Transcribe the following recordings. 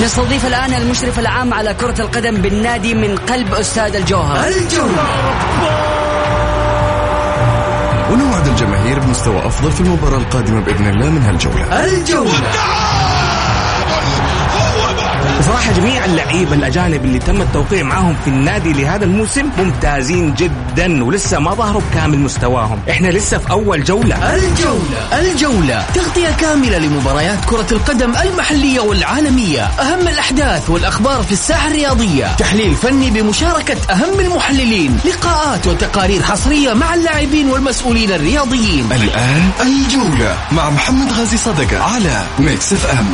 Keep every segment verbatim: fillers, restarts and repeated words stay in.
نستضيف الآن المشرف العام على كرة القدم بالنادي من قلب أستاذ الجوهر. الجولة، ونوعد الجماهير بمستوى أفضل في المباراة القادمة بإذن الله من هالجولة. الجولة. بصراحة جميع اللعيبة الأجانب اللي تم التوقيع معهم في النادي لهذا الموسم ممتازين جدا ولسه ما ظهروا بكامل مستواهم. احنا لسه في أول جولة. الجولة الجولة تغطية كاملة لمباريات كرة القدم المحلية والعالمية، أهم الأحداث والأخبار في الساحة الرياضية، تحليل فني بمشاركة أهم المحللين، لقاءات وتقارير حصرية مع اللاعبين والمسؤولين الرياضيين. الآن الجولة مع محمد غازي صدقة على ميكس اف ام.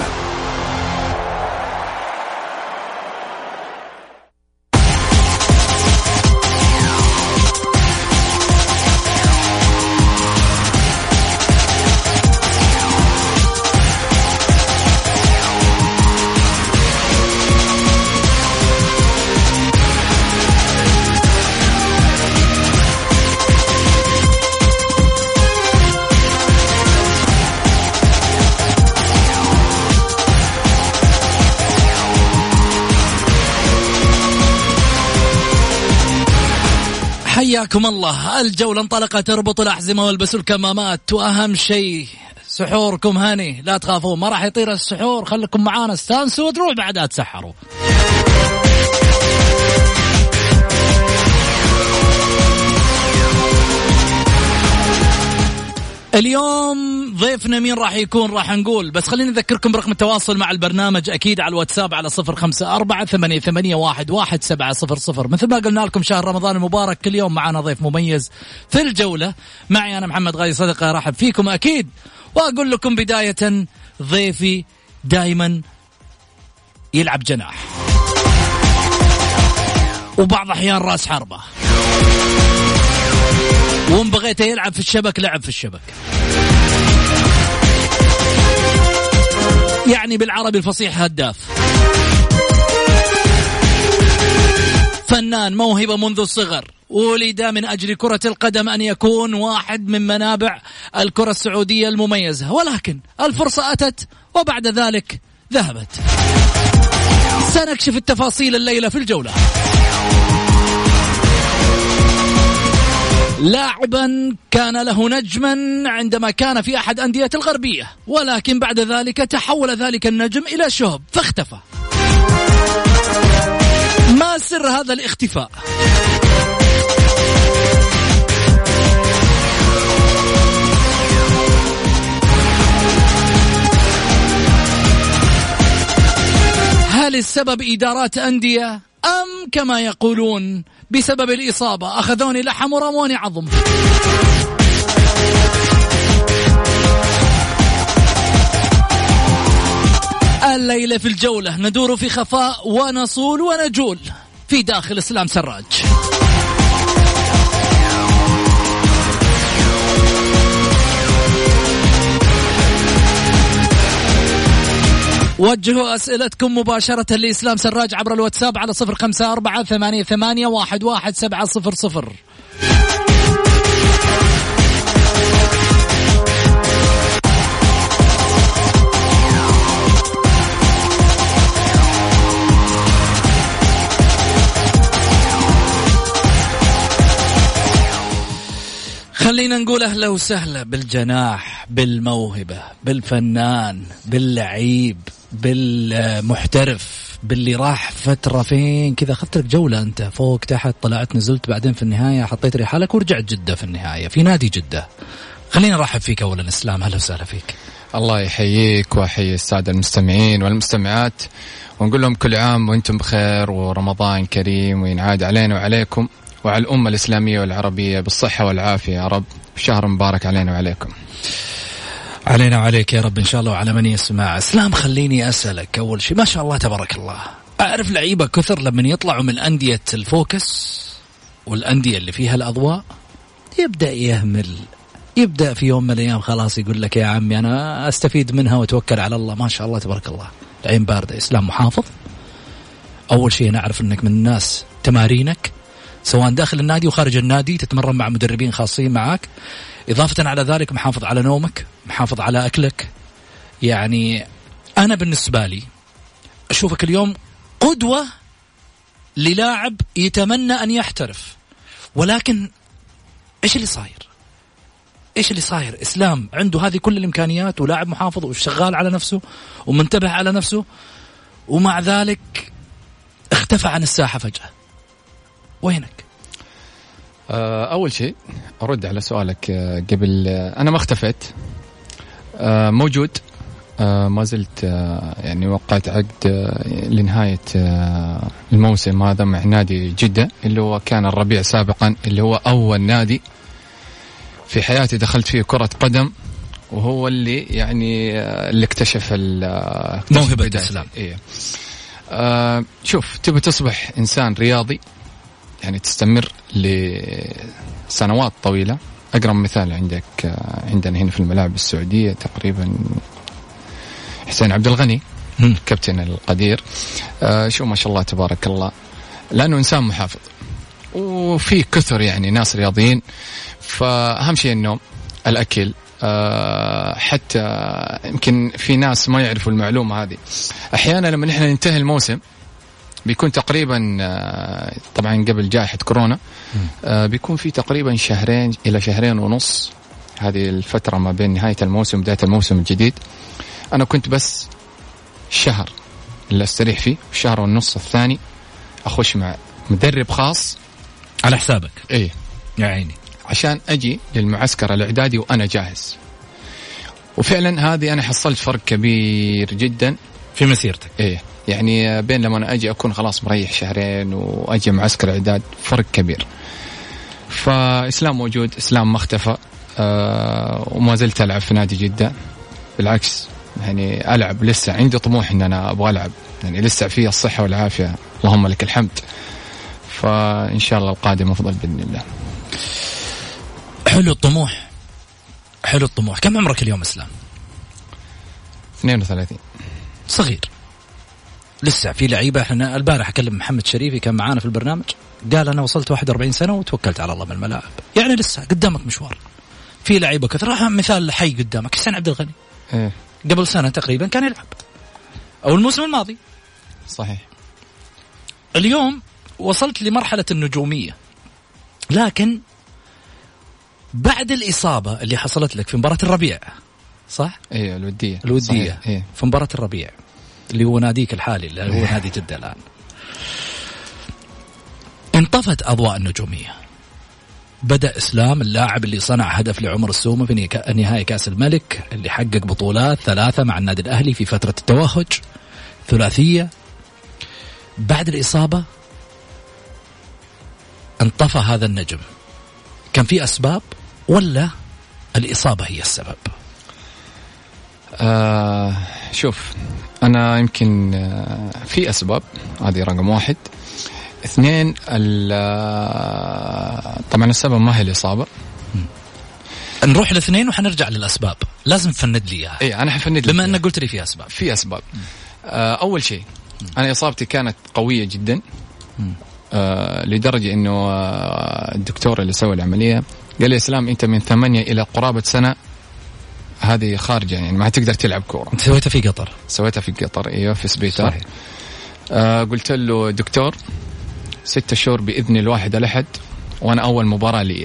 حياكم الله. الجولة انطلقت، اربطوا الأحزمة والبسوا الكمامات، وأهم شيء سحوركم هني، لا تخافوا ما راح يطير السحور، خليكم معانا استانسوا وتروح بعدها تسحروا. اليوم ضيفنا مين راح يكون راح نقول، بس خلينا نذكركم برقم التواصل مع البرنامج أكيد على الواتساب على صفر خمسة أربعة ثمانية ثمانية واحد واحد سبعة صفر صفر. مثل ما قلنا لكم شهر رمضان المبارك، كل يوم معنا ضيف مميز في الجولة. معي أنا محمد غازي صدقة، رحب فيكم أكيد. وأقول لكم بداية، ضيفي دائما يلعب جناح وبعض أحيان رأس حربة، وإن بغيته يلعب في الشبك لعب في الشبك، يعني بالعربي الفصيح هداف، فنان، موهبة منذ الصغر، ولد من أجل كرة القدم أن يكون واحد من منابع الكرة السعودية المميزة، ولكن الفرصة أتت وبعد ذلك ذهبت. سنكشف التفاصيل الليلة في الجولة. لاعبا كان له نجما عندما كان في أحد أندية الغربية، ولكن بعد ذلك تحول ذلك النجم إلى شهب فاختفى. ما سر هذا الاختفاء؟ هل السبب إدارات أندية، أم كما يقولون بسبب الإصابة أخذوني لحم ورموني عظم؟ الليلة في الجولة ندور في خفاء ونصول ونجول في داخل إسلام سراج. وجهوا أسئلتكم مباشرة لإسلام سراج عبر الواتساب على صفر خمسة أربعة ثمانية ثمانية واحد واحد سبعة صفر صفر. خلينا نقول أهلا وسهلا بالجناح، بالموهبة، بالفنان، باللعيب، بالمحترف، باللي راح فترة فين كذا، أخذت لك جولة أنت فوق تحت طلعت نزلت، بعدين في النهاية حطيت رحالك ورجعت جدة في النهاية في نادي جدة. خلينا نرحب فيك أولا إسلام، أهلا وسهلا فيك. الله يحييك ويحيي السادة المستمعين والمستمعات، ونقول لهم كل عام وأنتم بخير ورمضان كريم وينعاد علينا وعليكم وعلى الأمة الإسلامية والعربية بالصحة والعافية يا رب، شهر مبارك علينا وعليكم. علينا وعليك يا رب إن شاء الله وعلى من يسمع. إسلام خليني أسألك أول شيء، ما شاء الله تبارك الله، أعرف لعيبة كثر لما يطلعوا من أندية الفوكس والأندية اللي فيها الأضواء يبدأ يهمل، يبدأ في يوم من الأيام خلاص يقول لك يا عمي أنا أستفيد منها وتوكل على الله. ما شاء الله تبارك الله، العين باردة. إسلام محافظ، أول شيء نعرف أنك من الناس تمارينك سواء داخل النادي وخارج النادي تتمرن مع مدربين خاصين معك، إضافة على ذلك محافظ على نومك، محافظ على أكلك. يعني أنا بالنسبة لي أشوفك اليوم قدوة للاعب يتمنى أن يحترف، ولكن إيش اللي صاير؟ إيش اللي صاير؟ إسلام عنده هذه كل الإمكانيات ولاعب محافظ وشغال على نفسه ومنتبه على نفسه، ومع ذلك اختفى عن الساحة فجأة. وينك؟ أول شيء أرد على سؤالك قبل. أنا ما اختفيت، موجود، ما زلت يعني وقعت عقد لنهاية الموسم هذا مع نادي جدة اللي هو كان الربيع سابقا، اللي هو أول نادي في حياتي دخلت فيه كرة قدم، وهو اللي يعني اللي اكتشف موهبة الإسلام. إيه. آه شوف، تبي تصبح إنسان رياضي يعني تستمر لسنوات طويلة. أقرب مثال عندك عندنا هنا في الملاعب السعودية تقريبا حسين عبد الغني كابتن القدير، آه شو ما شاء الله تبارك الله، لأنه إنسان محافظ وفي كثر يعني ناس رياضيين. فأهم شيء النوم، الأكل، أه حتى يمكن في ناس ما يعرفوا المعلومة هذه. أحيانا لما نحن ننتهي الموسم بيكون تقريبا أه طبعا قبل جائحة كورونا أه بيكون في تقريبا شهرين إلى شهرين ونص، هذه الفترة ما بين نهاية الموسم وبداية الموسم الجديد. أنا كنت بس شهر اللي أستريح فيه، الشهر والنص الثاني أخش مع مدرب خاص على حسابك. إيه يا عيني، عشان أجي للمعسكر الإعدادي وأنا جاهز. وفعلا هذه أنا حصلت فرق كبير جدا في مسيرتك. إيه يعني بين لما أنا أجي أكون خلاص مريح شهرين وأجي معسكر إعداد، فرق كبير. فإسلام موجود، إسلام ما اختفى، أه وما زلت ألعب في نادي جدة. بالعكس يعني ألعب، لسه عندي طموح إن أنا أبغى ألعب، يعني لسه فيه الصحة والعافية اللهم لك الحمد. فإن شاء الله القادم أفضل بإذن الله. حلو الطموح، حلو الطموح. كم عمرك اليوم إسلام؟ اثنين وثلاثين. صغير لسه. في لعيبة، احنا البارح أكلم محمد شريفي كان معانا في البرنامج، قال أنا وصلت واحد وأربعين سنة وتوكلت على الله من الملاعب. يعني لسه قدامك مشوار. في لعيبة كثر، مثال حي قدامك حسين عبد الغني. إيه. قبل سنة تقريبا كان يلعب، أو الموسم الماضي. صحيح. اليوم وصلت لمرحلة النجومية، لكن بعد الإصابة اللي حصلت لك في مباراة الربيع، صح؟ ايه الودية الودية إيه. في مباراة الربيع اللي هو ناديك الحالي اللي هو نادي جدة الآن، انطفت أضواء النجومية. بدأ إسلام اللاعب اللي صنع هدف لعمر السومة في نهائي كأس الملك، اللي حقق بطولات ثلاثة مع النادي الأهلي في فترة التوهج، ثلاثية. بعد الإصابة انطفى هذا النجم. كان في أسباب ولا الإصابة هي السبب؟ آه شوف، أنا يمكن آه في أسباب، هذه رقم واحد. اثنين، طبعا السبب ما هي الإصابة. نروح الاثنين وحنرجع للأسباب. لازم تفند لي إياها. إيه أنا حفند لي بما أنك قلت لي في أسباب. في أسباب. آه أول شيء، أنا إصابتي كانت قوية جدا، آه لدرجة إنه آه الدكتور اللي سوى العملية قال لي إسلام أنت من ثمانية إلى قرابة سنة هذه خارجة، يعني ما تقدر تلعب كورة. أنت سويتها في قطر؟ سويتها في قطر، إيوه في سبيتار. آه قلت له دكتور ستة شهور بإذن الواحد الأحد وأنا أول مباراة لي.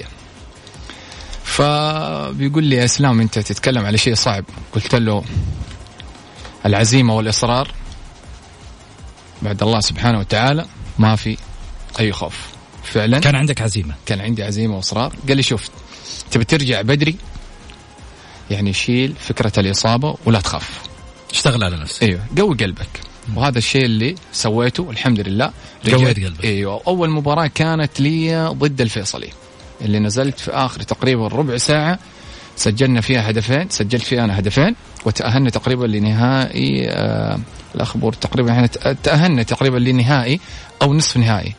فبيقول لي يا إسلام أنت تتكلم على شيء صعب. قلت له العزيمة والإصرار بعد الله سبحانه وتعالى ما في أي خوف. فعلا كان عندك عزيمة؟ كان عندي عزيمة وإصرار. قال لي شوف تبي ترجع بدري، يعني شيل فكرة الإصابة ولا تخاف، اشتغل على نفسك. أيوه قوي قلبك. وهذا الشيء اللي سويته والحمد لله. قويت قلبك. أيوه. أول مباراة كانت لي ضد الفيصلي اللي نزلت في آخر تقريبا ربع ساعة، سجلنا فيها هدفين، سجلت فيها أنا هدفين، وتأهلنا تقريبا لنهائي آه الأخبار. تقريبا احنا تأهلنا تقريبا لنهائي أو نصف نهائي.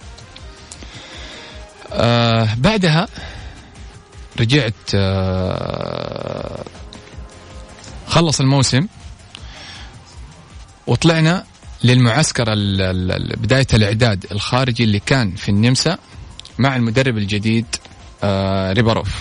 آه بعدها رجعت، آه خلص الموسم وطلعنا للمعسكر بداية الإعداد الخارجي اللي كان في النمسا مع المدرب الجديد آه ريباروف.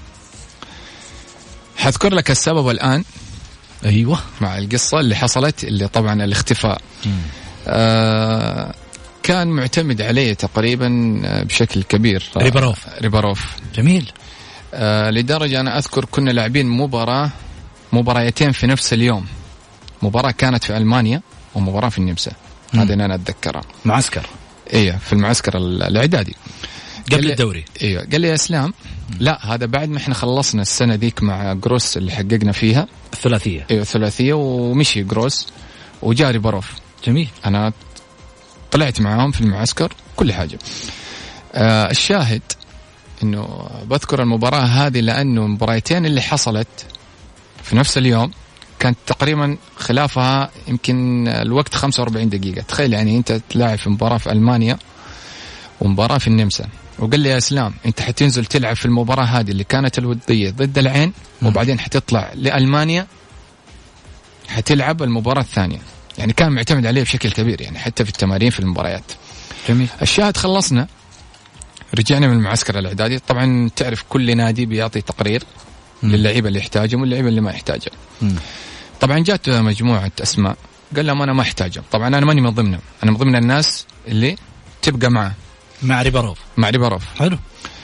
حذكر لك السبب الآن. أيوة. مع القصة اللي حصلت اللي طبعا الاختفاء. آه كان معتمد عليه تقريبا بشكل كبير ريباروف. ريباروف جميل. آه لدرجة أنا أذكر كنا لاعبين مباراة مباراتين في نفس اليوم. مباراة كانت في ألمانيا ومباراة في النمسا. هذا أنا أتذكرها. معسكر. إيه في المعسكر الإعدادي قبل الدوري. إيه قال لي يا إسلام لا هذا بعد ما إحنا خلصنا السنة ذيك مع جروس اللي حققنا فيها الثلاثية. إيه الثلاثية ومشي جروس وجاء ريباروف. جميل. أنا طلعت معاهم في المعسكر كل حاجة. آه الشاهد إنه بذكر المباراة هذه لأنه المباراتين اللي حصلت في نفس اليوم كانت تقريبا خلافها يمكن الوقت خمسة وأربعين دقيقة. تخيل يعني أنت تلاعب في مباراة في ألمانيا ومباراة في النمسا. وقال لي يا إسلام أنت حتنزل تلعب في المباراة هذه اللي كانت الودية ضد العين وبعدين حتطلع لألمانيا حتلعب المباراة الثانية. يعني كان معتمد عليه بشكل كبير يعني حتى في التمارين في المباريات. جميل. الشاهد خلصنا رجعنا من المعسكر الإعدادي. طبعا تعرف كل نادي بيعطي تقرير للعيبة اللي يحتاجهم واللعيبة اللي ما يحتاجهم. طبعا جات مجموعة أسماء قال لهم أنا ما أحتاجهم. طبعا أنا ماني من ضمنهم. أنا من ضمن الناس اللي تبقى معه مع ريباروف. مع ريباروف. حلو.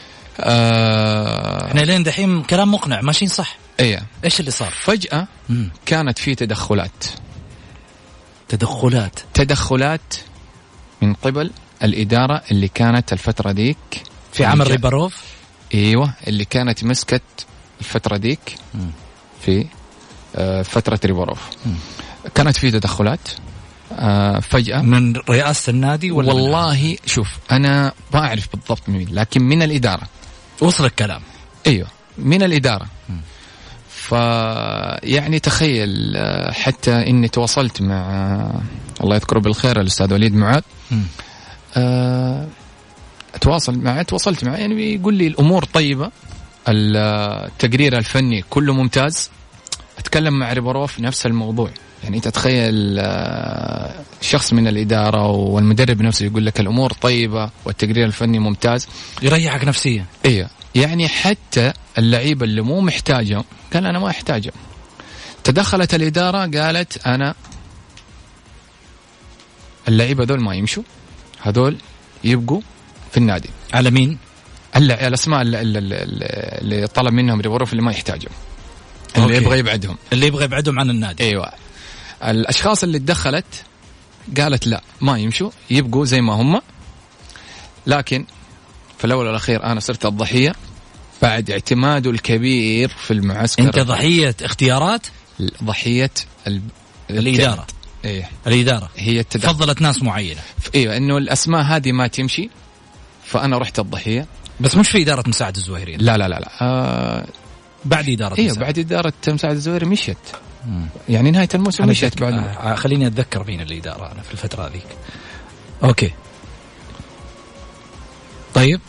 آه... احنا لين دحين كلام مقنع ماشيين صح. ايه. ايش اللي صار؟ فجأة مم. كانت في تدخلات تدخلات تدخلات من قبل الإدارة اللي كانت الفترة ديك في عمل ريباروف. ايوه اللي كانت مسكت الفترة ديك مم. في آه فترة ريباروف. مم. كانت في تدخلات آه فجأة من رئاسة النادي ولا والله شوف أنا ما أعرف بالضبط مين لكن من الإدارة وصل الكلام. أيوه من الإدارة. فيعني تخيل حتى إني تواصلت مع الله يذكره بالخير الأستاذ وليد معاذ. أه تواصل معه تواصلت معه يعني بيقول لي الأمور طيبة التقرير الفني كله ممتاز. أتكلم مع ريباروف نفس الموضوع. يعني تتخيل شخص من الإدارة والمدرب نفسه يقول لك الأمور طيبة والتقرير الفني ممتاز يريحك نفسيا. إيه يعني حتى اللعيبة اللي مو محتاجة قال أنا ما أحتاجه. تدخلت الإدارة قالت أنا اللعيبة دول ما يمشوا هذول يبقوا في النادي. على مين؟ الأسماء اللي, اللي, اللي طلب منهم ريباروف اللي ما يحتاجهم اللي أوكي. يبغى يبعدهم اللي يبغى يبعدهم عن النادي. أيوة. الأشخاص اللي تدخلت قالت لا ما يمشوا يبقوا زي ما هم. لكن في الأول والأخير أنا صرت الضحية بعد اعتماده الكبير في المعسكر. أنت ضحية اختيارات ضحية ال... الإدارة. إيه. الإدارة هي التدخل. فضلت ناس معينة. إيه إنه الأسماء هذه ما تمشي فأنا رحت الضحية. بس مش في إدارة مساعد الزوهري. لا لا لا, لا. آه... بعد إدارة إيه بعد إدارة مساعد الزوهري مشيت. مم. يعني نهاية الموسم مشيت بعد. آه خليني أتذكر مين الإدارة أنا في الفترة هذيك. أوكي طيب.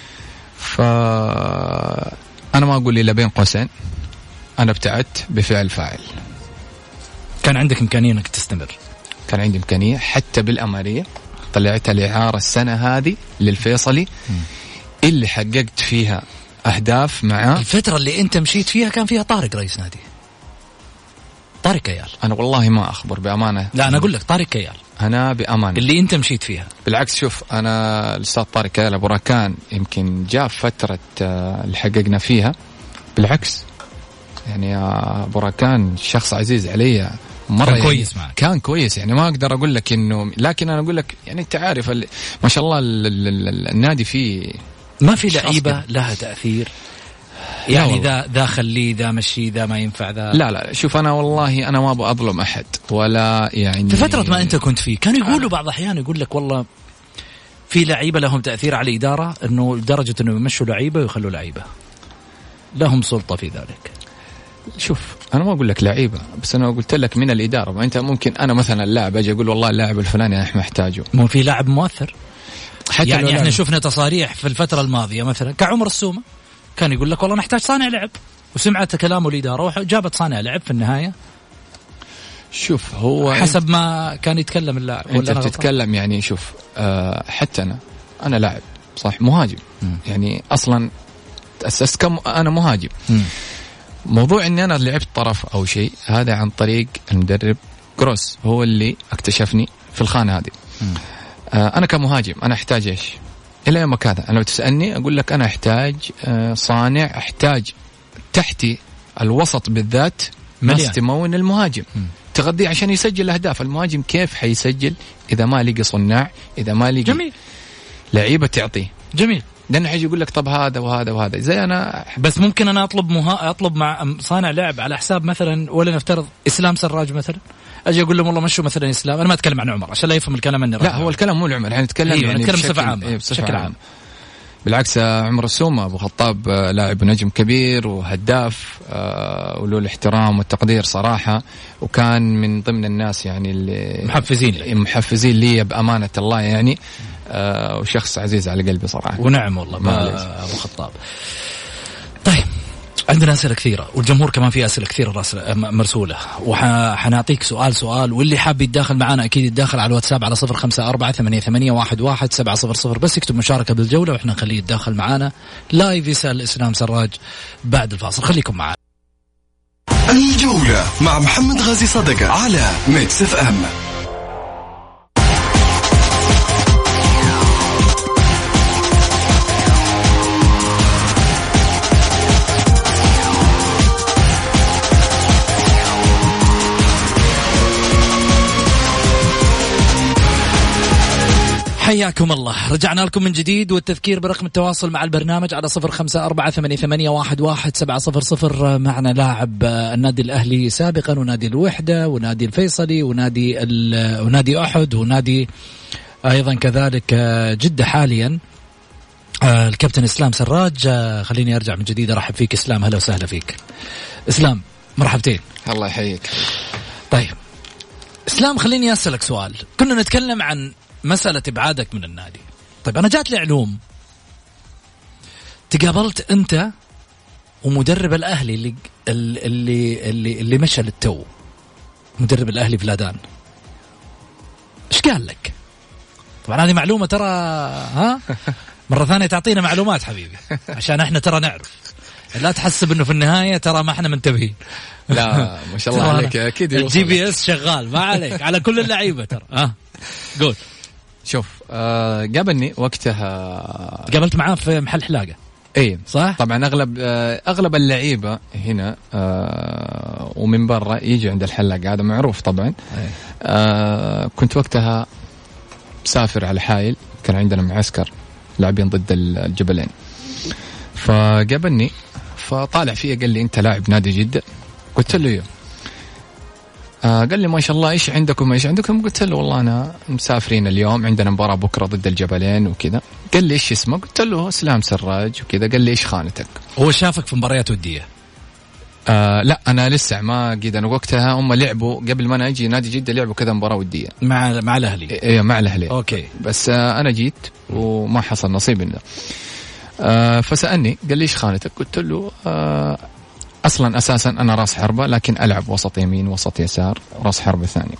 فأنا ما أقول إلا بين قوسين أنا ابتعدت بفعل فاعل. كان عندك إمكانية أنك تستمر. كان عندي إمكانية حتى بالأمارية طلعت الإعارة السنة هذه للفيصلي م. اللي حققت فيها أهداف مع الفترة اللي أنت مشيت فيها كان فيها طارق رئيس نادي طارق كيال. أنا والله ما أخبر بأمانة. لا أنا أقول لك طارق كيال أنا بأمانة اللي أنت مشيت فيها. بالعكس شوف أنا الأستاذ طارق كيال أبو راكان يمكن جاء فترة اللي حققنا فيها بالعكس يعني يا أبو راكان شخص عزيز علي مرة. كان كويس معك. كان كويس يعني ما أقدر أقول لك إنه لكن أنا أقول لك يعني أنت عارف ما شاء الله ال ال ال النادي فيه ما في لعيبة لها تأثير يعني ذا ذا خليه ذا مشي ذا ما ينفع ذا. لا لا شوف أنا والله أنا ما أبغى أظلم أحد ولا يعني في فترة ما أنت كنت فيه كانوا يقولوا بعض الأحيان يقول لك والله في لعيبة لهم تأثير على الإدارة إنه لدرجة إنه يمشوا لعيبة ويخلوا لعيبة لهم سلطة في ذلك. شوف أنا ما أقول لك لعيبة بس أنا قلت لك من الإدارة. ما أنت ممكن أنا مثلا اللاعب أجي أقول والله اللاعب الفلاني أنا محتاجه. مو في لاعب مؤثر حتى يعني إحنا شفنا تصاريح في الفترة الماضية مثلا كعمر السومة كان يقول لك والله نحتاج صانع لعب وسمعت كلامه الإدارة وجابت صانع لعب في النهاية. شوف هو حسب ما كان يتكلم اللاعب. أنت بتتكلم يعني شوف أه حتى أنا أنا لاعب صح مهاجم م. يعني أصلا تأسست كم أنا مهاجم. م. موضوع إني أنا لعبت طرف أو شيء هذا عن طريق المدرب جروس هو اللي اكتشفني في الخانة هذه. آه أنا كمهاجم أنا أحتاج إيش إلى يومك هذا؟ أنا لو تسألني أقول لك أنا أحتاج آه صانع، أحتاج تحتي الوسط بالذات ناس تمون المهاجم م. تغذيه عشان يسجل أهداف. المهاجم كيف حيسجل إذا ما لقي صناع، إذا ما لقي جميل لعيبة تعطيه؟ جميل. لأنه حيجي يقول لك طب هذا وهذا وهذا زي أنا. بس ممكن أنا أطلب مها... أطلب مع صانع لعب على حساب مثلا، ولا نفترض إسلام سراج مثلا، أجي أقول لهم والله مشوا مثلا إسلام. أنا ما أتكلم عن عمر عشان لا يفهم الكلام أني لا هو الكلام مو العمر، يعني نتكلم أيوة يعني نتكلم بصفة عامة إيه بشكل عام. بالعكس عمر السومة أبو خطاب لاعب ونجم كبير وهداف آه وله الاحترام والتقدير صراحة، وكان من ضمن الناس يعني اللي محفزين لي محفزين لي بأمانة الله يعني آه وشخص عزيز على قلبي صراحة. ونعم والله أبو خطاب. طيب عندنا أسئلة كثيرة والجمهور كمان فيه أسئلة كثيرة مرسولة، وحنعطيك سؤال سؤال، واللي حاب يتداخل معنا أكيد يتداخل على الواتساب على صفر خمسة أربعة ثمانية ثمانية واحد واحد سبعة صفر صفر، بس يكتب مشاركة بالجولة وإحنا نخليه يتداخل معنا لايف يسأل إسلام سراج بعد الفاصل. خليكم معنا. الجولة مع محمد غازي صدقة على ميكس اف ام. حياكم الله، رجعنا لكم من جديد، والتذكير برقم التواصل مع البرنامج على صفر خمسة أربعة ثمانية ثمانية واحد واحد سبعة صفر صفر. معنا لاعب النادي الأهلي سابقا ونادي الوحدة ونادي الفيصلي ونادي ونادي أحد ونادي أيضا كذلك جدة حاليا، الكابتن إسلام سراج. خليني أرجع من جديد أرحب فيك إسلام. هلا وسهلا فيك إسلام، مرحبتين. الله يحييك. طيب إسلام، خليني أسألك سؤال. كنا نتكلم عن مسألة إبعادك من النادي. طيب أنا جات لي علوم تقابلت أنت ومدرب الأهلي اللي اللي اللي, اللي مشى للتو، مدرب الأهلي فلادان، إيش قال لك؟ طبعا هذه معلومة ترى، ها مرة ثانية تعطينا معلومات حبيبي عشان إحنا ترى نعرف، لا تحسب إنه في النهاية ترى ما إحنا منتبهين. لا ما شاء الله عليك أكيد الجي بي إس شغال ما عليك على كل اللعيبة ترى. ها قول. شوف آه قابلني وقتها، قابلت معاه في محل حلاقة. اي صح. طبعا اغلب آه اغلب اللعيبه هنا آه ومن برا يجي عند الحلاق، هذا معروف طبعا. آه كنت وقتها مسافر على حايل، كان عندنا معسكر لاعبين ضد الجبلين، فقابلني فطالع فيه قال لي انت لاعب نادي جدة؟ قلت له ايوه. آه قال لي ما شاء الله ايش عندكم ايش عندكم؟ قلت له والله انا مسافرين اليوم، عندنا مباراة بكرة ضد الجبلين وكذا. قال لي ايش اسمك؟ قلت له اسلام سراج وكذا. قال لي ايش خانتك؟ هو شافك في مباريات ودية؟ آه لا انا لسه ما قيد، انا وقتها هم لعبوا قبل ما انا اجي نادي جدة، لعبوا كذا مباراة ودية مع مع الاهلي. ايه مع الاهلي. اوكي. بس آه انا جيت وما حصل نصيب منه. آه فسألني قال لي ايش خانتك؟ قلت له آه أصلا أساسا أنا رأس حربة، لكن ألعب وسط يمين وسط يسار، رأس حربة ثاني.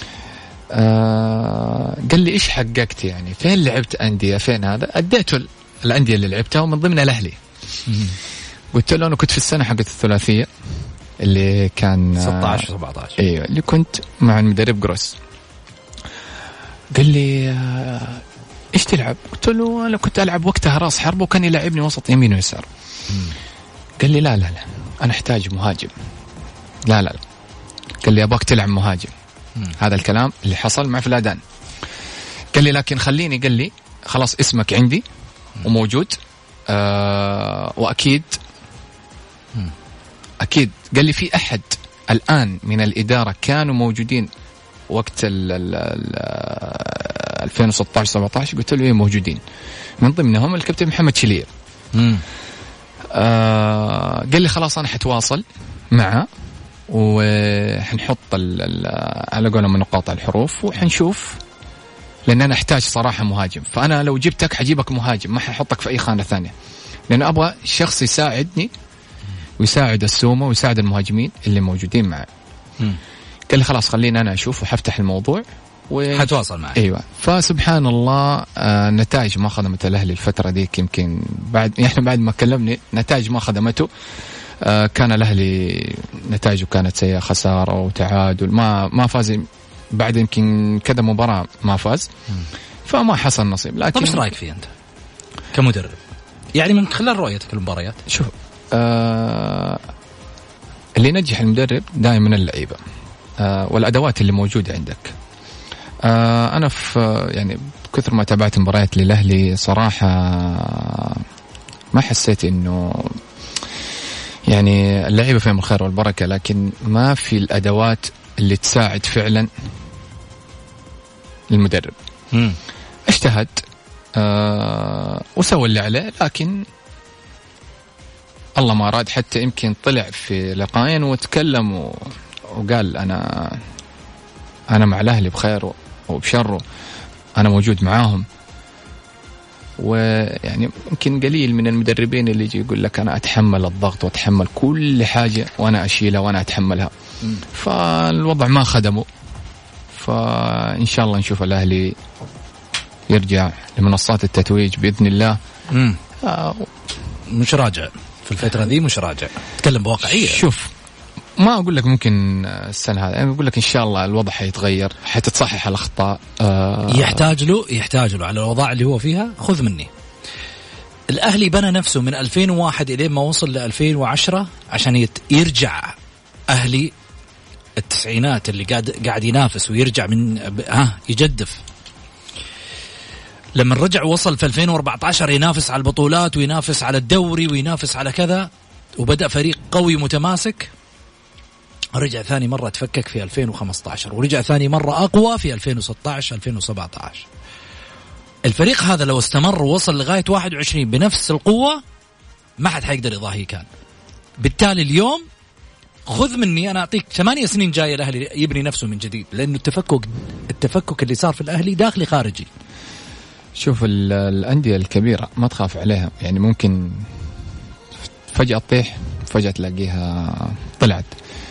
آه قال لي إيش حققت يعني؟ فين لعبت أندية؟ فين هذا؟ أديته الأندية اللي لعبتها ومن ضمن الأهلي. قلت له أنا كنت في السنة حقت الثلاثية اللي كان ستة عشر سبعة عشر. أيوة اللي كنت مع المدرب جروس. قال لي آه إيش تلعب؟ قلت له أنا كنت ألعب وقتها رأس حربة وكان يلعبني وسط يمين ويسار. قال لي لا لا لا أنا أحتاج مهاجم. لا لا لا قال لي أبغاك تلعب مهاجم. مم. هذا الكلام اللي حصل مع فلادان. قال لي لكن خليني، قال لي خلاص اسمك عندي وموجود آه وأكيد مم. أكيد. قال لي في أحد الآن من الإدارة كانوا موجودين وقت ال ال ألفين وستة عشر سبعة عشر؟ قلت له إيه موجودين، من ضمنهم الكابتن محمد شلير. مم. آه قال لي خلاص أنا حتواصل معه وحنحط على قولهم من نقاط الحروف وحنشوف، لأن أنا أحتاج صراحة مهاجم. فأنا لو جبتك حجيبك مهاجم، ما ححطك في أي خانة ثانية، لأن أبغى شخص يساعدني ويساعد السومة ويساعد المهاجمين اللي موجودين معي. قال لي خلاص خليني أنا أشوف وحفتح الموضوع حتواصل معي. ايوه. فسبحان الله آه نتائج ما خدمت الاهلي الفتره ديك، يمكن بعد يعني بعد ما كلمني نتائج ما خدمته. آه كان الاهلي نتائجه كانت سيئه، خساره وتعادل، ما ما فاز بعد يمكن كذا مباراة ما فاز فما حصل نصيب. لكن طب ايش رايك فيه انت كمدرب يعني من خلال رؤيتك المباريات؟ شوف آه اللي ينجح المدرب دائما اللعيبة آه والأدوات اللي موجودة عندك. آه أنا في يعني كثر ما تابعت مباريات للأهلي صراحة ما حسيت إنه يعني اللعيبة فيهم الخير والبركة، لكن ما في الأدوات اللي تساعد فعلا المدرب. مم. اجتهد آه وسوى اللي عليه، لكن الله ما أراد. حتى يمكن طلع في لقاءين وتكلم و... وقال أنا أنا مع الأهلي بخير وبشر، أنا موجود معاهم. ويعني يمكن قليل من المدربين اللي يجي يقول لك أنا أتحمل الضغط وأتحمل كل حاجة وأنا أشيلها وأنا أتحملها. م. فالوضع ما خدمه، فإن شاء الله نشوف الأهلي يرجع لمنصات التتويج بإذن الله. آه مش راجع في الفترة ذي، مش راجع، تكلم بواقعية. شوف ما أقول لك ممكن السنة هذه، أنا أقول لك إن شاء الله الوضع حيتغير، حتتصحح الأخطاء. آه يحتاج له يحتاج له على الوضع اللي هو فيها. خذ مني، الأهلي بنى نفسه من ألفين وواحد إلى ما وصل ل ألفين وعشرة عشان يرجع أهلي التسعينات اللي قاعد قاعد ينافس ويرجع من ها يجدف. لما رجع وصل في ألفين وأربعة عشر ينافس على البطولات وينافس على الدوري وينافس على كذا، وبدأ فريق قوي متماسك. رجع ثاني مرة تفكك في ألفين وخمسة عشر، ورجع ثاني مرة أقوى في ألفين وستة عشر ألفين وسبعة عشر. الفريق هذا لو استمر ووصل لغاية واحد وعشرين بنفس القوة ما حد حيقدر يضاهيه كان. بالتالي اليوم خذ مني، أنا أعطيك ثمانية سنين جاية الأهلي يبني نفسه من جديد، لأنه التفكك التفكك اللي صار في الأهلي داخلي خارجي. شوف الأندية الكبيرة ما تخاف عليها، يعني ممكن فجأة تطيح فجأة تلاقيها طلعت.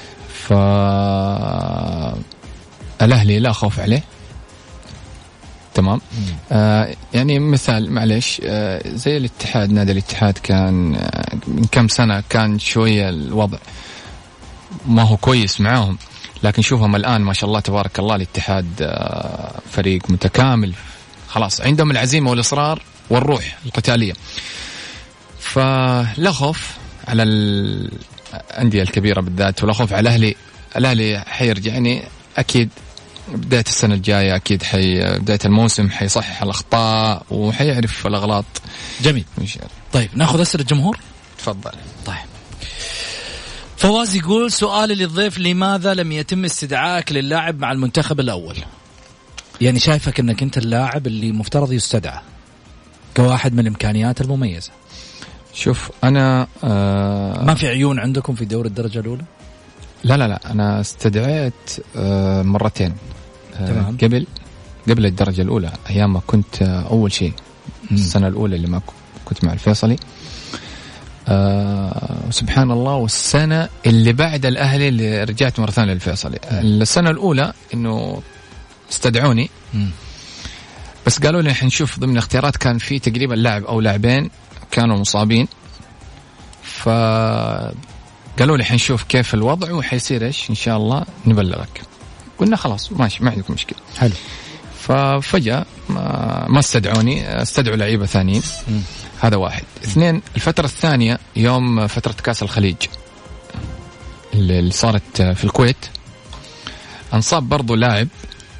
فالأهلي لا خوف عليه تمام. آه يعني مثال معلش آه زي الاتحاد، نادي الاتحاد كان آه من كم سنة كان شوية الوضع ما هو كويس معاهم، لكن شوفهم الآن ما شاء الله تبارك الله الاتحاد آه فريق متكامل، خلاص عندهم العزيمة والإصرار والروح القتالية. فلا خوف على الأندية الكبيرة بالذات، ولا خوف على الأهلي. الأهلي حيرجع يعني أكيد بداية السنة الجاية، أكيد حي بداية الموسم حيصحح الأخطاء وحيعرف الأغلاط. جميل. طيب ناخذ أسئلة الجمهور. تفضل. طيب فواز يقول سؤال للضيف، لماذا لم يتم استدعائك للاعب مع المنتخب الأول؟ يعني شايفك أنك أنت اللاعب اللي مفترض يستدعى كواحد من الإمكانيات المميزة. شوف أنا آه ما في عيون عندكم في دوري الدرجة الأولى؟ لا لا لا أنا استدعيت آه مرتين آه قبل قبل الدرجة الأولى، أيام ما كنت آه أول شيء السنة الأولى اللي ما كنت مع الفيصلي آه سبحان الله. والسنة اللي بعد الأهلي اللي رجعت مرة ثانية للفيصلي. السنة الأولى إنه استدعوني م. بس قالوا لي حنشوف ضمن اختيارات كان في تقريبا لاعب أو لاعبين كانوا مصابين، فقالوا لي حنشوف كيف الوضع وحيصير إيش إن شاء الله نبلغك. قلنا خلاص ماشي ما عندكم مشكلة. حلو. ففجأة ما, ما استدعوني، استدعوا لعيبة ثانيين. م. هذا واحد. اثنين، الفترة الثانية يوم فترة كاس الخليج اللي صارت في الكويت انصاب برضو لاعب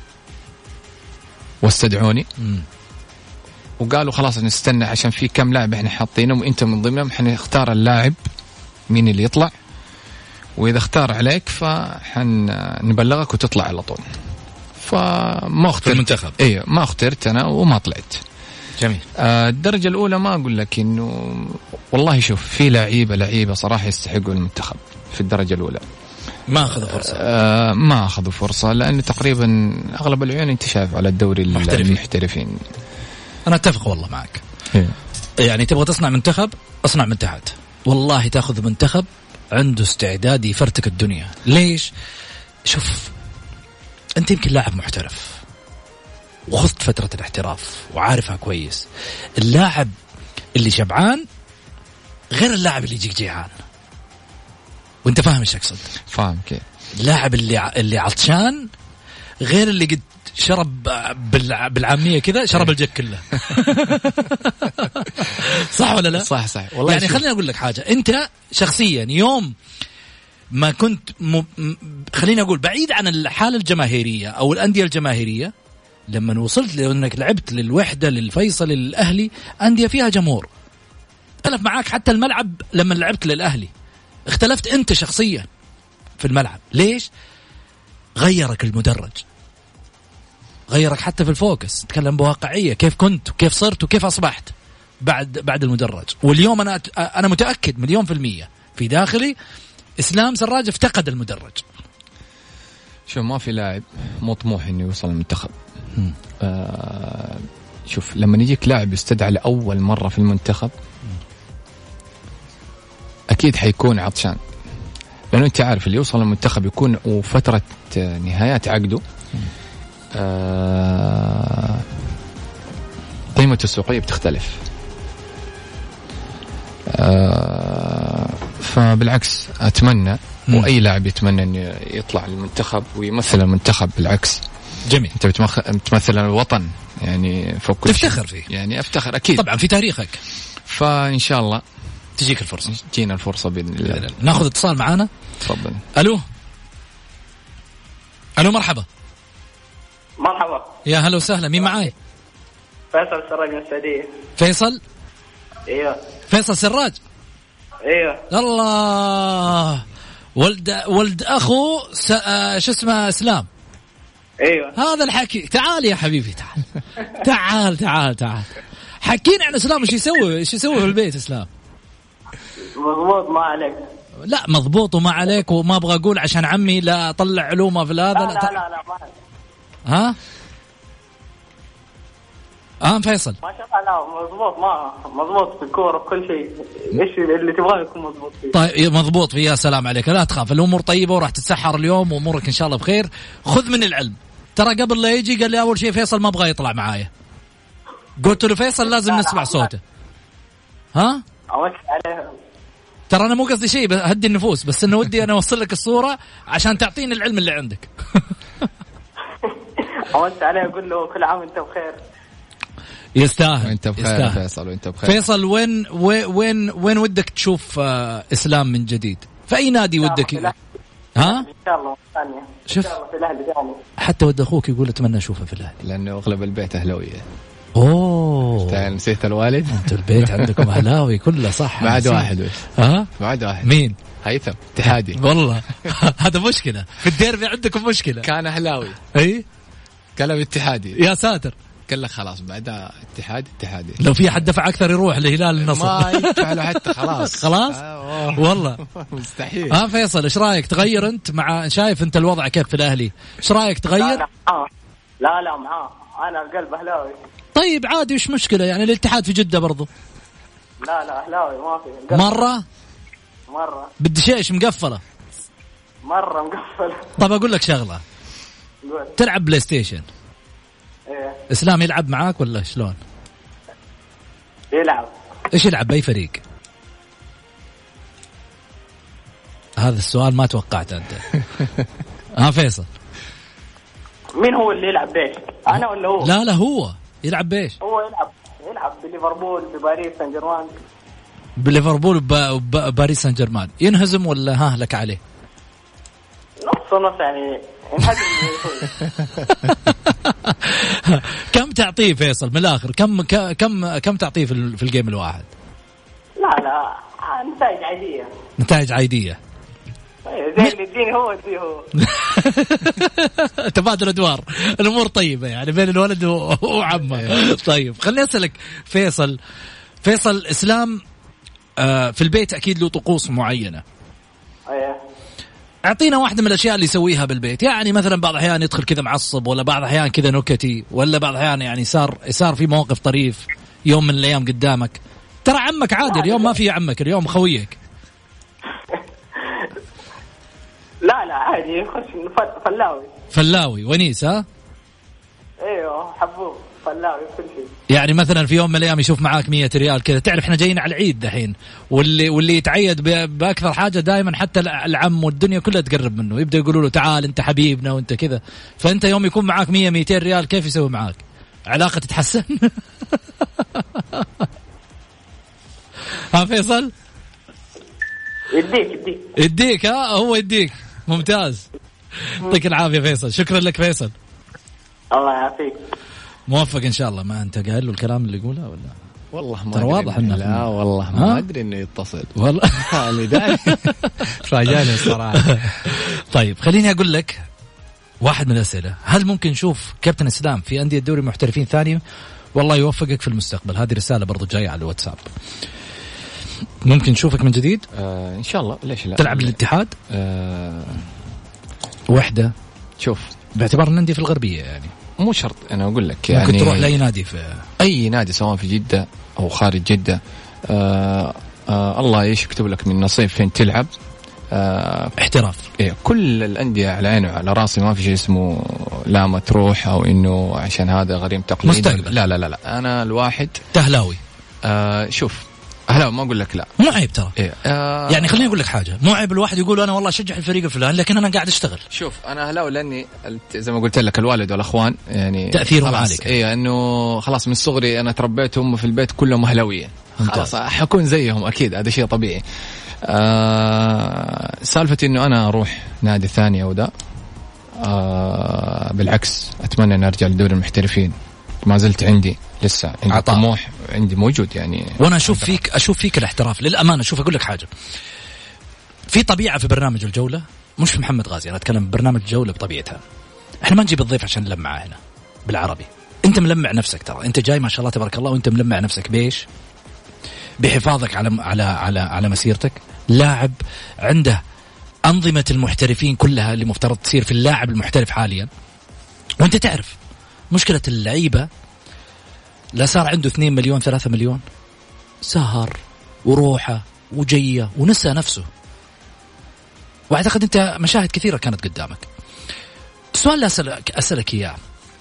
واستدعوني م. وقالوا خلاص نستنى عشان في كم لاعب احنا حاطينهم وانت من ضمنهم، حنختار اللاعب مين اللي يطلع، واذا اختار عليك فحنبلغك وتطلع على طول. فما اخترت المنتخب. ايوه ما اخترت انا وما طلعت. جميل. آه الدرجة الأولى ما أقول لك إنه والله شوف في لعيبة لعيبة صراحة يستحقوا المنتخب في الدرجة الأولى، ما أخذوا فرصة. آه ما أخذوا فرصة لأنه تقريبا أغلب العيون أنت شايف على الدوري المحترفين. أنا أتفق والله معك. إيه. يعني تبغى تصنع منتخب أصنع من تحت، والله تأخذ منتخب عنده استعداد يفرتك الدنيا. ليش؟ شوف أنت يمكن لاعب محترف وخذت فترة الاحتراف وعارفها كويس. اللاعب اللي شبعان غير اللاعب اللي يجيك جيعان، وانت فاهم ايش اقصد؟ فاهم كيف. اللاعب اللي اللي عطشان غير اللي قد شرب بالعامية كذا شرب الجك كله. صح ولا لا؟ صح صح والله. يعني خليني أقول لك حاجة، أنت شخصيا يوم ما كنت م... خليني أقول بعيد عن الحالة الجماهيرية أو الأندية الجماهيرية، لما وصلت لأنك لعبت للوحدة للفيصل للأهلي، أندية فيها جمهور، اختلف معاك حتى الملعب. لما لعبت للأهلي اختلفت أنت شخصيا في الملعب. ليش؟ غيرك المدرج، غيرك حتى في الفوكس. تكلم بواقعية، كيف كنت وكيف صرت وكيف أصبحت بعد بعد المدرج. واليوم أنا أنا متأكد مليون في المية في داخلي إسلام سراج افتقد المدرج. شوف، ما في لاعب مو طموح إنه يوصل المنتخب. آه شوف، لما يجيك لاعب يستدعى لأول مرة في المنتخب أكيد حيكون عطشان، لأنه أنت عارف اللي يوصل المنتخب يكون وفترة نهايات عقده آه قيمته السوقية بتختلف. آه فبالعكس أتمنى م. وأي لاعب يتمنى أن يطلع المنتخب ويمثل المنتخب. بالعكس جميل، أنت بتمثل الوطن يعني فوق كل تفتخر فيه، يعني أفتخر أكيد طبعا في تاريخك، فإن شاء الله تجيك الفرصة، تجينا الفرصة بإذن الله. ناخذ اتصال معانا. تفضل. ألو ألو مرحبا. مرحبا. يا هلا وسهلا، مين معاي؟ فيصل سراج من السعودية. فيصل؟ ايوه فيصل سراج. ايوه الله، ولد ولد اخو س... شو اسمه اسلام. ايوه هذا الحكي. تعال يا حبيبي تعال تعال تعال تعال حكينا عن اسلام. ايش يسوي ايش يسوي في البيت اسلام؟ مضبوط ما عليك. لا مضبوط وما عليك، وما ابغى اقول عشان عمي لا اطلع علومه في هذا. لا لا لا, لا, لا ما ها اه فيصل ما شاء الله. لا مضبوط، ما مضبوط في الكوره بكل شيء. ايش اللي تبغاه يكون مضبوط فيه. طيب مضبوط فيه. يا سلام عليك، لا تخاف، الامور طيبه وراح تتسحر اليوم وامورك ان شاء الله بخير. خذ من العلم، ترى قبل لا يجي قال لي اول شيء فيصل ما ابغى يطلع معايا. قلت له فيصل لازم نسمع صوته. ها عودت عليه. ترى انا مو قصدي شيء، هدي النفوس، بس انه ودي انا اوصل لك الصوره عشان تعطيني العلم اللي عندك. عودت عليه اقول له كل عام وانت بخير. يستاهل. وانت بخير فيصل، وانت بخير. فيصل وين وين وين ودك تشوف اسلام من جديد؟ في اي نادي ودك؟ ها ان شاء الله ثانيه. شوف ان شاء الله في الاهلي ثاني. حتى ود اخوك يقول اتمنى اشوفه في الاهلي، لانه اغلب البيت اهلاويه. اوه تعال نسيت الوالد. انتوا البيت عندكم اهلاوي كله صح. بعد واحد بس. ها بعد واحد. مين؟ هيثم اتحادي. والله هذا مشكله في الديربي عندكم مشكله. كان اهلاوي اي قلب اتحادي. يا ساتر. قال لك خلاص بعدها اتحاد اتحادي. لو في حد دفع اكثر يروح لهلال النصر. ما يدفع له حتى خلاص. خلاص آه والله مستحيل. ها فيصل ايش رايك تغير انت مع شايف انت الوضع كيف في الاهلي؟ ايش رايك تغير؟ لا لا آه. لا, لا معاه انا قلب اهلاوي. طيب عادي وش مشكله يعني الاتحاد في جده برضو. لا لا اهلاوي ما في قلب. مره مره بالدشيش مقفله. مره مقفله. طب اقول لك شغله، تلعب بلاي ستيشن. إيه. اسلام يلعب معاك ولا شلون؟ يلعب. ايش يلعب باي فريق؟ هذا السؤال ما توقعته انت. ها فيصل مين هو اللي يلعب بيش؟ انا ولا هو؟ لا لا هو يلعب بيش. هو يلعب يلعب بليفربول بباريس سان جيرمان. بليفربول وباريس سان جيرمان. ينهزم ولا ها لك عليه؟ نص نص يعني. كم تعطيه فيصل من الآخر؟ كم كم كم تعطيه في في الجيم الواحد؟ لا لا نتائج عادية. نتائج عادية. زي اللي يديني هو يديه هو. تبادل أدوار، الأمور طيبة يعني بين الولد وعمه. طيب خليني أسألك فيصل، فيصل إسلام في البيت أكيد له طقوس معينة. أعطينا واحدة من الأشياء اللي يسويها بالبيت، يعني مثلا بعض الأحيان يدخل كذا معصب، ولا بعض الأحيان كذا نكتي، ولا بعض الأحيان يعني صار صار في موقف طريف يوم من الأيام قدامك. ترى عمك عادي اليوم، ما في عمك اليوم خويك. لا لا عادي يخش فلاوي. فلاوي ونيس ها؟ ايوه حبوب اللاعب كل شيء. يعني مثلا في يوم من الايام يشوف معاك مية ريال كذا، تعرف احنا جايين على العيد دحين، واللي واللي يتعيد باكثر حاجه دائما حتى العم والدنيا كلها تقرب منه، يبدا يقولوا له تعال انت حبيبنا وانت كذا. فانت يوم يكون معاك مية ميتين ريال كيف يسوي معاك؟ علاقه تتحسن. ها فيصل يديك يديك يديك ها هو يديك. ممتاز، يعطيك العافيه فيصل، شكرا لك فيصل. الله يعافيك، موفق ان شاء الله. ما انت قايل له الكلام اللي يقوله ولا؟ والله ما ترى واضح انه لا والله ما ادري انه يتصل والله. فاجأني الصراحه. طيب خليني اقول لك واحد من الاسئله، هل ممكن نشوف كابتن اسلام في انديه الدوري محترفين ثانيه؟ والله يوفقك في المستقبل. هذه رساله برضو جايه على الواتساب. ممكن نشوفك من جديد آه ان شاء الله، ليش لا؟ تلعب للاتحاد آه وحده. شوف باعتبار النادي في الغربيه يعني مو شرط، انا اقول لك يعني ممكن تروح لاي نادي في اي نادي سواء في جده او خارج جده. آه آه الله ايش يكتب لك من نصيب فين تلعب. آه احتراف. إيه كل الأندية على عيني وعلى راسي، ما في شيء اسمه لا ما تروح أو إنه عشان هذا غريم تقليد. مستقبل. لا لا لا لا أنا الواحد تهلاوي. آه شوف أهلا ما أقول لك لا، مو عيب ترى. إيه آه يعني خليني أقول لك حاجة، مو عيب الواحد يقول أنا والله أشجع الفريق الفلاني لكن أنا قاعد أشتغل. شوف أنا أهلاوي لأني زي ما قلت لك الوالد والأخوان يعني تأثيرهم عليك. إيه إنه خلاص من صغري أنا تربيتهم في البيت كلهم أهلاوية، خلاص حكون زيهم أكيد، هذا شيء طبيعي. آه سالفتي إنه أنا أروح نادي ثاني أو ده آه بالعكس أتمنى أن أرجع لدوري المحترفين، ما زلت عندي لسه عندي طموح عندي موجود يعني. وأنا أشوف فيك أشوف فيك الاحتراف للأمانة. شوف أقول لك حاجة، في طبيعة في برنامج الجولة، مش في محمد غازي، أنا أتكلم برنامج الجولة بطبيعتها. إحنا ما نجيب الضيف عشان نلمعه هنا بالعربي. أنت ملمع نفسك ترى، أنت جاي ما شاء الله تبارك الله وأنت ملمع نفسك بإيش؟ بحفاظك على على على على مسيرتك. لاعب عنده أنظمة المحترفين كلها اللي مفترض تصير في اللاعب المحترف حاليا، وأنت تعرف مشكلة اللعيبة لا صار عنده اثنين مليون ثلاثة مليون سهر وروحة وجية ونسى نفسه. وأعتقد أنت مشاهد كثيرة كانت قدامك. السؤال اللي أسألك, أسألك إياه،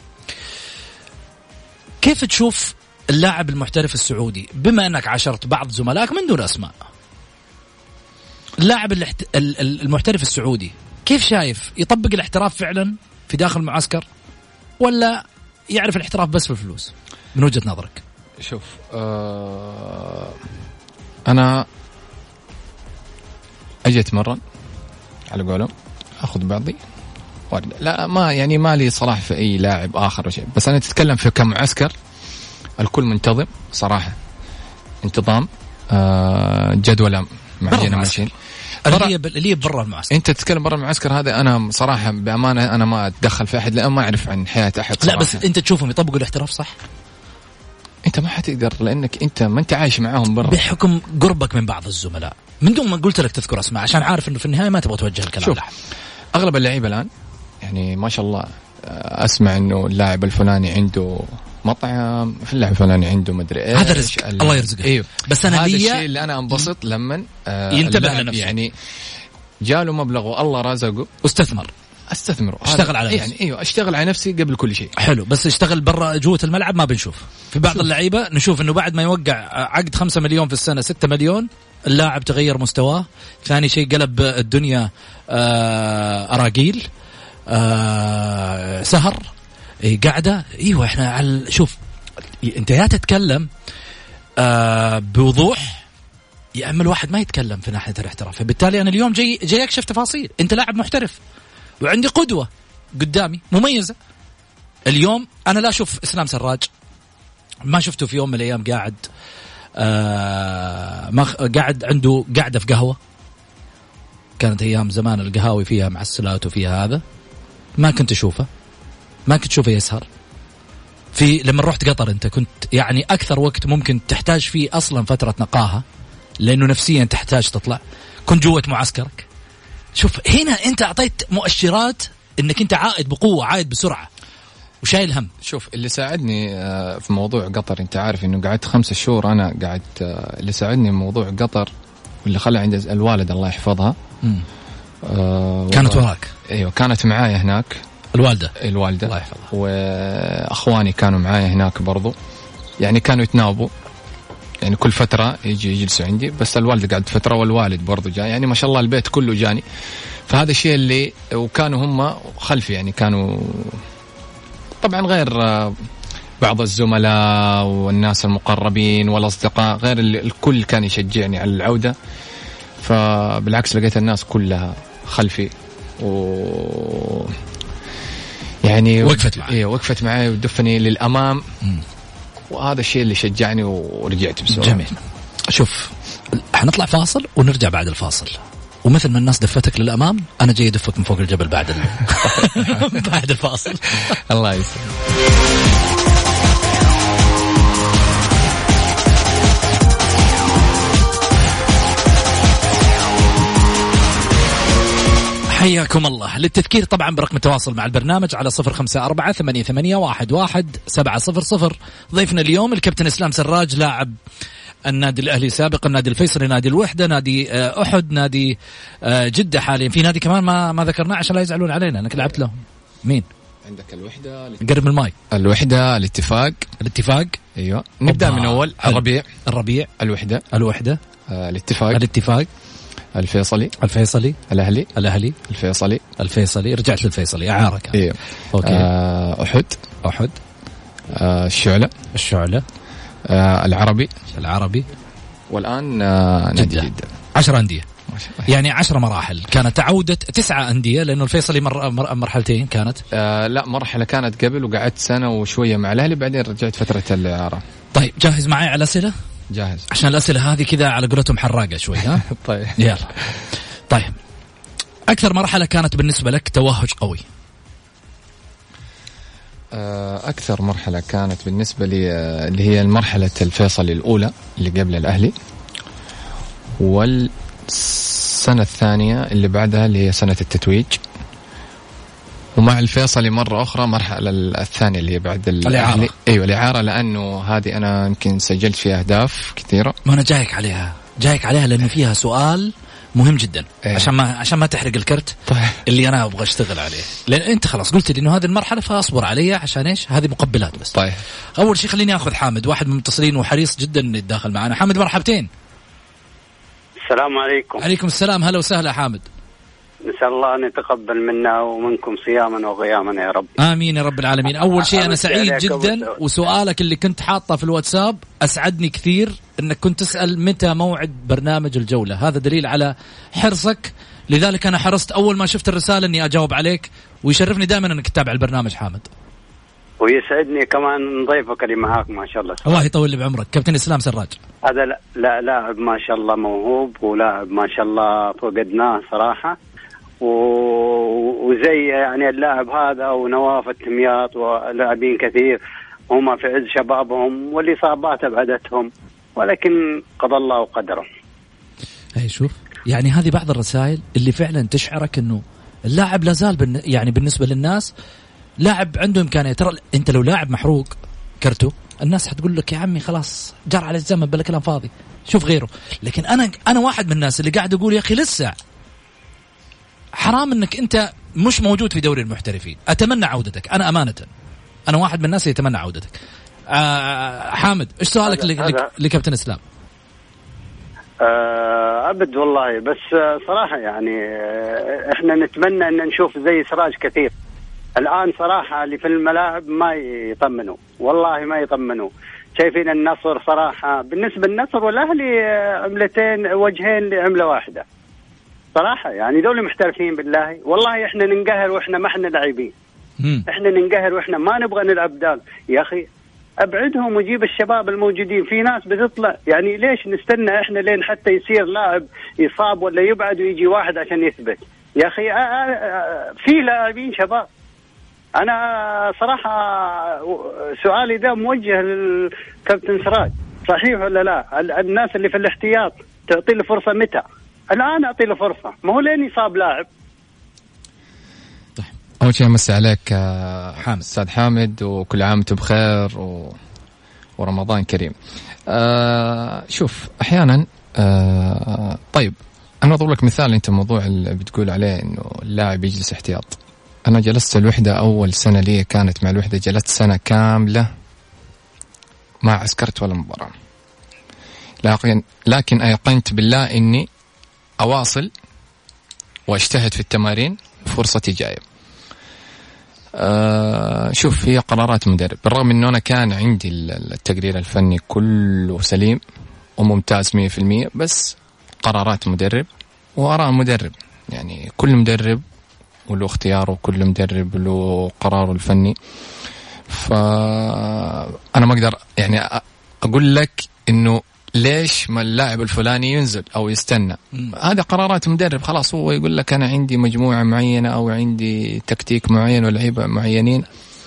كيف تشوف اللاعب المحترف السعودي بما أنك عاشرت بعض زملائك من دون أسماء؟ اللاعب المحترف السعودي كيف شايف؟ يطبق الاحتراف فعلا في داخل المعسكر ولا يعرف الاحتراف بس في الفلوس من وجهة نظرك؟ شوف آه أنا أجي أتمرن على قولهم أخذ بعضي وارد. لا ما يعني ما لي صراحة في أي لاعب آخر وشيء، بس أنا تتكلم في كمعسكر الكل منتظم صراحة، انتظام آه جدولة معينة ماشيين. اللي اللي برا المعسكر، انت تتكلم برا المعسكر هذا انا صراحه بامانه انا ما اتدخل في احد لان ما اعرف عن حياه احد صراحة. لا بس انت تشوفهم يطبقوا الاحتراف صح؟ انت ما حتقدر لانك انت ما انت عايش معاهم برا، بحكم قربك من بعض الزملاء من دون ما قلت لك تذكر اسماء عشان عارف انه في النهايه ما تبغى توجه الكلام. شوف اغلب اللعيبه الان يعني ما شاء الله اسمع انه اللاعب الفلاني عنده مطعم، في اللاعب الفلاني عنده مدري ايش، هذا رزق الله يرزقه. ايوه بس انا هذا ليا الشيء اللي انا انبسط لما آه ينتبه لنفسه، يعني جاله مبلغ والله رزقه واستثمر استثمره اشتغل على نفسي يعني ايوه اشتغل على نفسي قبل كل شيء. حلو، بس اشتغل برا جوه الملعب ما بنشوف. في بعض اللعيبه نشوف انه بعد ما يوقع عقد خمسة مليون في السنه ستة مليون اللاعب تغير مستواه. ثاني شيء قلب الدنيا آه اراجيل آه سهر إيه قاعده. ايوه احنا على شوف انت يا تتكلم آه بوضوح يا اما الواحد ما يتكلم في ناحيه الاحتراف. فبالتالي انا اليوم جاي جاي اكشف تفاصيل. انت لاعب محترف وعندي قدوه قدامي مميزه. اليوم انا لا اشوف اسلام سراج، ما شفته في يوم من الايام قاعد آه ما قاعد عنده قاعده في قهوه. كانت ايام زمان القهاوي فيها معسلات وفيها هذا، ما كنت اشوفه ما كنت اشوفه يسهر. في لما رحت قطر انت كنت يعني اكثر وقت ممكن تحتاج فيه اصلا فتره نقاهه لانه نفسيا تحتاج تطلع، كنت جوه معسكرك. شوف هنا انت اعطيت مؤشرات انك انت عائد بقوه، عائد بسرعه وشايل هم. شوف اللي ساعدني في موضوع قطر، انت عارف انه قعدت خمسة شهور انا قاعد، اللي ساعدني موضوع قطر واللي خلى عند الوالد الله يحفظها آه كانت وراك. ايوه كانت معايا هناك الوالدة الوالدة الله يحفظها. وأخواني كانوا معايا هناك برضو، يعني كانوا يتناوبوا، يعني كل فترة يجي يجلسوا عندي. بس الوالدة قعدت فترة والوالد برضو جاء، يعني ما شاء الله البيت كله جاني. فهذا الشيء اللي وكانوا هم خلفي، يعني كانوا طبعا غير بعض الزملاء والناس المقربين والأصدقاء، غير الكل كان يشجعني على العودة. فبالعكس لقيت الناس كلها خلفي و يعني وقفت معي. إيه وقفت معي ودفني للأمام. م. وهذا الشيء اللي شجعني ورجعت بسرعة. جميل. شوف حنطلع فاصل ونرجع بعد الفاصل، ومثل ما الناس دفتك للأمام أنا جاي أدفك من فوق الجبل بعد ال... بعد الفاصل. الله يسلمك. حياكم الله. للتذكير طبعا برقم التواصل مع البرنامج على صفر خمسة أربعة ثمانية ثمانية واحد واحد سبعة صفر صفر. ضيفنا اليوم الكابتن إسلام سراج، لاعب النادي الأهلي سابقا، نادي الفيصلي، نادي الوحدة، نادي أحد، نادي جدة حاليا. في نادي كمان ما ما ذكرناه عشان لا يزعلون علينا أنك لعبت لهم. مين؟ عندك الوحدة، قرب من الماي. الوحدة، الاتفاق. الاتفاق أيوة. نبدأ من أول. الربيع. الربيع. الوحدة. الوحدة. آه الاتفاق. الاتفاق. الفيصلي. الفيصلي. الأهلي. الأهلي. الفيصلي. الفيصلي. رجعت للفيصلي إعارة كان. إيه. أوكي. آه أحد. أحد. آه الشعلة. الشعلة. آه العربي. العربي. والآن آه نادي جدة. جدة. عشر أندية يعني عشر مراحل. كانت عودة تسعة أندية لأنه الفيصلي مر... مر... مرحلتين كانت. آه لا مرحلة كانت قبل وقعدت سنة وشوية مع الأهلي، بعدين رجعت فترة الإعارة. طيب جاهز معي على الأسئلة؟ جاهز. عشان الأسئلة هذه كذا على قولتهم حراقة شوي ها. طيب يلا. طيب أكثر مرحلة كانت بالنسبة لك توهج قوي؟ أكثر مرحلة كانت بالنسبة لي اللي هي المرحلة الفيصلي الأولى اللي قبل الأهلي، والسنة الثانية اللي بعدها اللي هي سنة التتويج، ومع الفيصلي مرة أخرى مرحلة الثانية اللي هي بعد الأهلي. أيوة الإعارة، لأنه هذه أنا يمكن سجلت فيها أهداف كثيرة. ما أنا جايك عليها جايك عليها لأنه فيها سؤال مهم جدا. أيه. عشان ما عشان ما تحرق الكرت. طيب. اللي أنا أبغى أشتغل عليه، لأن أنت خلاص قلت لي إنه هذه المرحلة فأصبر عليها عشان إيش؟ هذه مقبلات بس. طيب. أول شيء خليني أخذ حامد، واحد من المتصلين وحريص جدا يتداخل معنا. حامد مرحبتين. السلام عليكم. عليكم السلام، هلا وسهلا حامد. نسأل الله أن يتقبل منا ومنكم صياما وقياما يا رب. آمين يا رب العالمين. أول شيء أنا سعيد جدا، وسؤالك اللي كنت حاطه في الواتساب أسعدني كثير إنك كنت تسأل متى موعد برنامج الجولة. هذا دليل على حرصك، لذلك أنا حرصت أول ما شفت الرسالة إني أجاوب عليك، ويشرفني دائما إنك تتابع البرنامج حامد. ويسعدني كمان ضيفك اللي معاك ما شاء الله. الله يطول لي بعمرك. كابتن إسلام سراج هذا لا, لا لاعب ما شاء الله موهوب، ولاعب ما شاء الله فقدناه صراحة، وزي يعني اللاعب هذا ونواف التمياط ولاعبين كثير هم في عز شبابهم والإصابات أبعدتهم، ولكن قضى الله وقدره. أي شوف يعني هذه بعض الرسائل اللي فعلا تشعرك إنه اللاعب لازال بن يعني بالنسبة للناس لاعب عنده إمكانية. ترى أنت لو لاعب محروق كرته الناس حتقول لك يا عمي خلاص جار على الزمن بلا كلام فاضي شوف غيره. لكن أنا أنا واحد من الناس اللي قاعد أقول يا أخي لسه حرام انك انت مش موجود في دوري المحترفين. اتمنى عودتك، انا امانه انا واحد من الناس اللي يتمنى عودتك. آه حامد ايش سؤالك لكابتن اسلام؟ آه ابد والله، بس صراحه يعني احنا نتمنى ان نشوف زي سراج كثير. الان صراحه اللي في الملاعب ما يطمنوا، والله ما يطمنوا. شايفين النصر صراحه، بالنسبه للنصر والاهلي عملتين وجهين لعمله واحده صراحة، يعني دول محترفين بالله. والله احنا ننقهر واحنا ما احنا لاعبين، احنا ننقهر واحنا ما نبغى نلعب دال. يا اخي ابعدهم وجيب الشباب الموجودين. في ناس بتطلع، يعني ليش نستنى احنا لين حتى يصير لاعب يصاب ولا يبعد ويجي واحد عشان يثبت؟ يا اخي في لاعبين شباب. انا صراحة سؤالي ده موجه للكابتن سراج، صحيح ولا لا؟ الناس اللي في الاحتياط تعطي له فرصة متى؟ الآن أعطي له فرصة، ما هو لين يصاب لاعب. طيب. أول شيء أمسي عليك حامد أستاذ حامد، وكل عام وأنتم بخير و... ورمضان كريم. آه شوف أحيانا آه طيب أنا أضرب لك مثال. أنت موضوع اللي بتقول عليه إنه اللاعب يجلس احتياط. أنا جلست الوحدة أول سنة لي كانت مع الوحدة، جلست سنة كاملة ما عسكرت ولا مباراة، لكن لكن أيقنت بالله إني أواصل واجتهد في التمارين، فرصتي جاية. أه شوف، هي قرارات مدرب، بالرغم إنه أنا كان عندي التقرير الفني كله سليم وممتاز مية في المية، بس قرارات مدرب وآراء مدرب. يعني كل مدرب وله اختياره، كل مدرب له قراره الفني. فأنا ما أقدر يعني أقول لك إنه ليش ما اللاعب الفلاني ينزل أو يستنى، هذا قرارات مدرب. خلاص هو يقول لك أنا عندي مجموعة معينة أو عندي تكتيك معين ولعيبة معينين.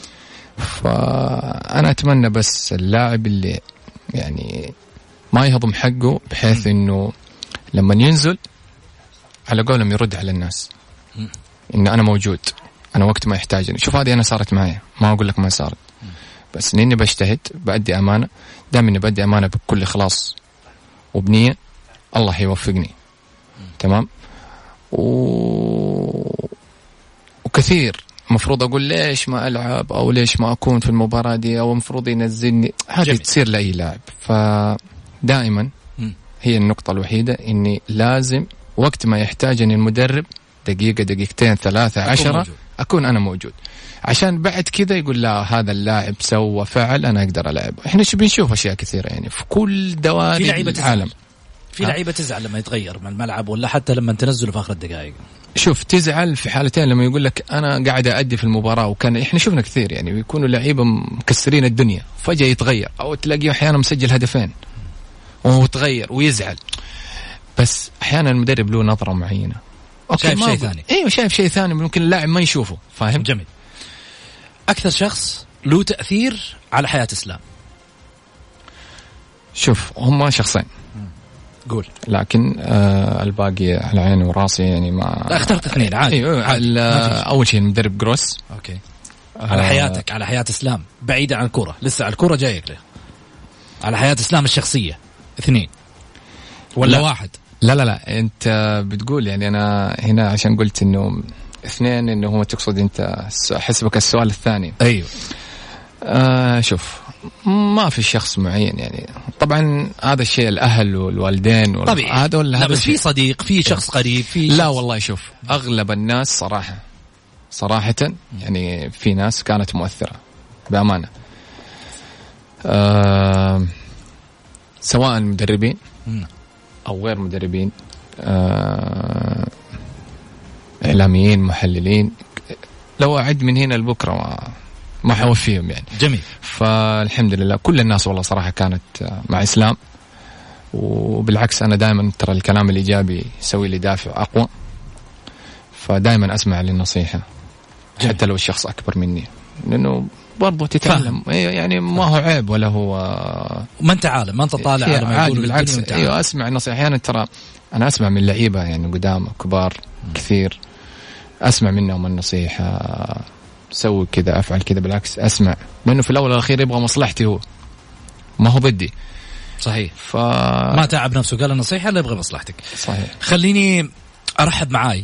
فأنا أتمنى بس اللاعب اللي يعني ما يهضم حقه، بحيث إنه لما ينزل على قولهم يرد على الناس إن أنا موجود، أنا وقت ما يحتاجني. شوف هذه أنا صارت معي، ما أقول لك ما صارت، بس إني بجتهد، بأدي أمانة. دام إني بأدي أمانة بكل إخلاص وبنية، الله يوفقني. تمام. و... وكثير مفروض أقول ليش ما ألعب أو ليش ما أكون في المباراة دي أو مفروض ينزلني، هذه تصير لأي لاعب. فدائما هي النقطة الوحيدة إني لازم وقت ما يحتاجني المدرب دقيقة دقيقتين ثلاثة أكون عشرة موجود. أكون أنا موجود، عشان بعد كذا يقول لا هذا اللاعب سوى فعل أنا أقدر ألعب. إحنا شو بنشوف أشياء كثيرة يعني في كل دوائر العالم. في لعيبة تزعل لما يتغير من الملعب، ولا حتى لما تنزله في آخر الدقائق. شوف تزعل في حالتين، لما يقول لك أنا قاعد أأدي في المباراة، وكان إحنا شفنا كثير يعني بيكونوا لعيبة مكسرين الدنيا فجأة يتغير، أو تلاقيه أحيانا مسجل هدفين وتغير ويزعل. بس أحيانا المدرب له نظرة معينة، شايف شيء ثاني. ايوه شايف شيء ثاني ممكن اللاعب ما يشوفه. فاهم؟ جميل. اكثر شخص له تاثير على حياه اسلام؟ شوف هم شخصين، قول. لكن آه الباقي على عيني وراسي يعني ما. لا اخترت اثنين عادي. ايوه عادي. اول شيء المدرب جروس. اوكي. على حياتك، على حياه اسلام بعيدا عن الكره، لسه على الكره جايك له. على حياه اسلام الشخصيه اثنين ولا لا. واحد؟ لا لا لا انت بتقول يعني انا هنا عشان قلت انه اثنين، انه هو تقصد انت حسبك السؤال الثاني. ايوه. آه شوف ما في شخص معين يعني، طبعا هذا الشيء الاهل والوالدين طبيعي. هذا ولا لا بس في صديق، في شخص قريب، في لا شخص... والله شوف اغلب الناس صراحه صراحه يعني في ناس كانت مؤثره بامانه، آه سواء مدربين أو غير مدربين، آه إعلاميين، محللين، لو أعد من هنا لبكرة ما, ما حوفيهم يعني. جميل. فالحمد لله كل الناس والله صراحة كانت مع إسلام، وبالعكس أنا دائما ترى الكلام الإيجابي يسوي لي دافع أقوى، فدائما أسمع للنصيحة جميل. حتى لو الشخص أكبر مني، لأنه برضو تتعلم. يعني ما هو عيب ولا هو ما انت عالم، ما انت طالع على ما يقول. بالعكس ايوه اسمع النصيحه. احيانا ترى انا اسمع من لعيبه يعني قدام كبار كثير، اسمع منهم النصيحه، سوي كذا افعل كذا، بالعكس اسمع، لانه في الاول والاخير يبغى مصلحتي، هو ما هو بدي. صحيح. ف... ما تعب نفسه، قال النصيحه اللي يبغى مصلحتك. صحيح. خليني ارحب معاي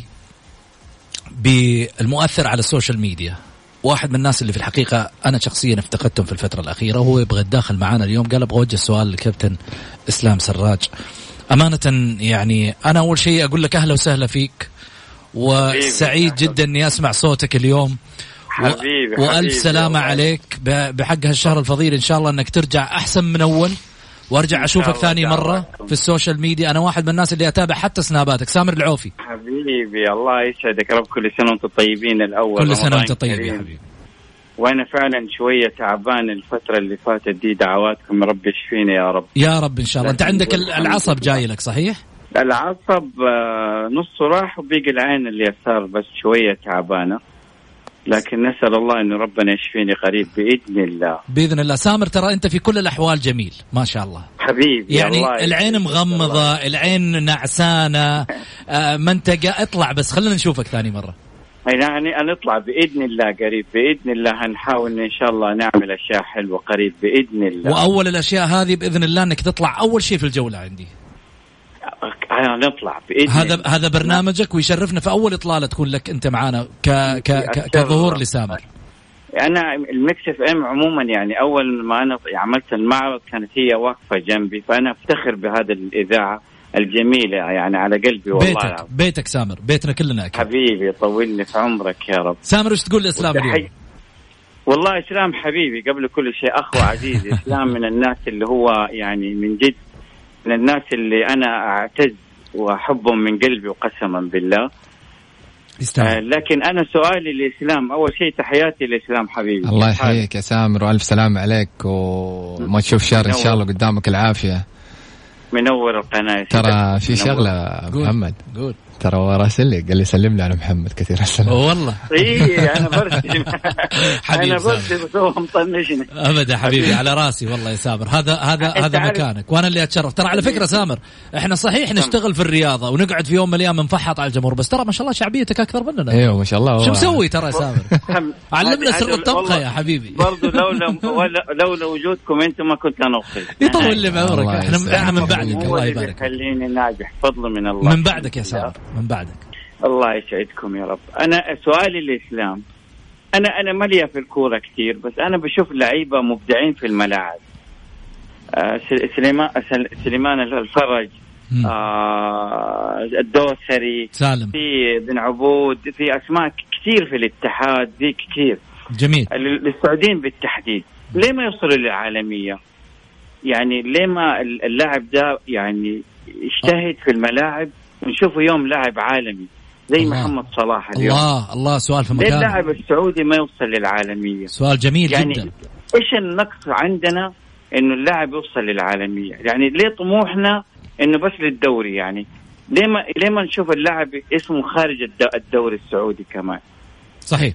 بالمؤثر على السوشيال ميديا، واحد من الناس اللي في الحقيقة أنا شخصيا افتقدتهم في الفترة الأخيرة، وهو يبغى يتداخل معنا اليوم. قال أبغى أوجه سؤال للكابتن إسلام سراج. أمانة يعني أنا أول شيء أقول لك أهلا وسهلا فيك، وسعيد جدا أني أسمع صوتك اليوم. حبيبي و... وألف حبيبي سلامة عليك بحق هالشهر الفضيل، إن شاء الله أنك ترجع أحسن من أول، وارجع اشوفك ثاني مره في السوشيال ميديا. انا واحد من الناس اللي اتابع حتى سناباتك. سامر العوفي حبيبي الله يسعدك يا رب، كل سنه وانتم طيبين. الاول كل سنه وانت طيب يا حبيبي. وانا فعلا شويه تعبان الفتره اللي فاتت دي، دعواتكم رب يشفيني يا رب. يا رب ان شاء الله. انت عندك العصب جاي لك صحيح؟ العصب نصه راح وبيجي العين اليسار بس شويه تعبانه، لكن نسأل الله إنه ربنا يشفيني قريب بإذن الله. بإذن الله. سامر ترى أنت في كل الأحوال جميل ما شاء الله حبيبي. يعني العين مغمضة، العين نعسانة، آه منتقى. اطلع بس خلينا نشوفك ثاني مرة. يعني نطلع بإذن الله قريب بإذن الله. هنحاول إن شاء الله نعمل أشياء حلوة قريب بإذن الله. وأول الأشياء هذه بإذن الله أنك تطلع أول شيء في الجولة عندي. نطلع بإذن هذا هذا برنامجك ويشرفنا في أول إطلالة تكون لك أنت معنا ك ك ك كظهور لسامر. أنا الميكس اف ام عموما يعني أول ما أنا عملت المعرض كانت هي واقفة جنبي، فأنا أفتخر بهذا الإذاعة الجميلة يعني على قلبي والله. بيتك العظيم. بيتك سامر، بيتنا كلنا أكيد. حبيبي طولني في عمرك يا رب. سامر وش تقول لإسلام اليوم؟ والله إسلام حبيبي قبل كل شيء أخو عزيز. إسلام من الناس اللي هو يعني من جد من الناس اللي أنا أعتز وأحبهم من قلبي وقسما بالله. آه لكن أنا سؤالي لإسلام، أول شيء تحياتي لإسلام حبيبي. الله يحييك يا سامر وألف سلام عليك وما تشوف شر إن شاء الله قدامك العافية. منور القناة. ترى في شغلة محمد قول. ترى وراسل لي قال لي سلم لي على محمد كثير السلام. والله إيه أنا برسل أنا برسل بس هو مطنشني أبدا حبيبي على راسي والله يا سامر. هذا هذا هذا مكانك وأنا اللي أتشرف. ترى على فكرة سامر إحنا صحيح نشتغل في الرياضة ونقعد في يوم مليان منفحط على الجمهور، بس ترى ما شاء الله شعبيتك أكثر مننا. أيوة ما شاء الله. شو مسوي ترى يا سامر؟ علمنا سر الطبخة يا حبيبي. برضو لولا لولا وجودكم أنتم ما كنت أنا أخطي. يطول لي بعمرك. إحنا إحنا من بعدك الله يبارك. خليني ناجح فضل من الله. من بعدك يا سامر من بعدك. الله يسعدكم يا رب. أنا سؤالي للإسلام، أنا أنا مليا في الكورة كتير، بس أنا بشوف لعيبة مبدعين في الملاعب. آه سليمان سليمان الفرج، آه الدوسري، سالم، في بن عبود، في أسماء كتير في الاتحاد ذي كتير. جميل. للسعوديين بالتحديد ليه ما يوصلوا للعالمية؟ يعني ليه ما اللاعب ده يعني يجتهد في الملاعب ونشوفه يوم لاعب عالمي زي الله. محمد صلاح اليوم. الله الله سؤال في مكان. ليه اللاعب السعودي ما يوصل للعالمية؟ سؤال جميل يعني جدا. إيش النقص عندنا إنه اللاعب يوصل للعالمية؟ يعني ليه طموحنا إنه بس للدوري؟ يعني ليه ما ليه ما نشوف اللاعب اسمه خارج الدوري السعودي كمان؟ صحيح.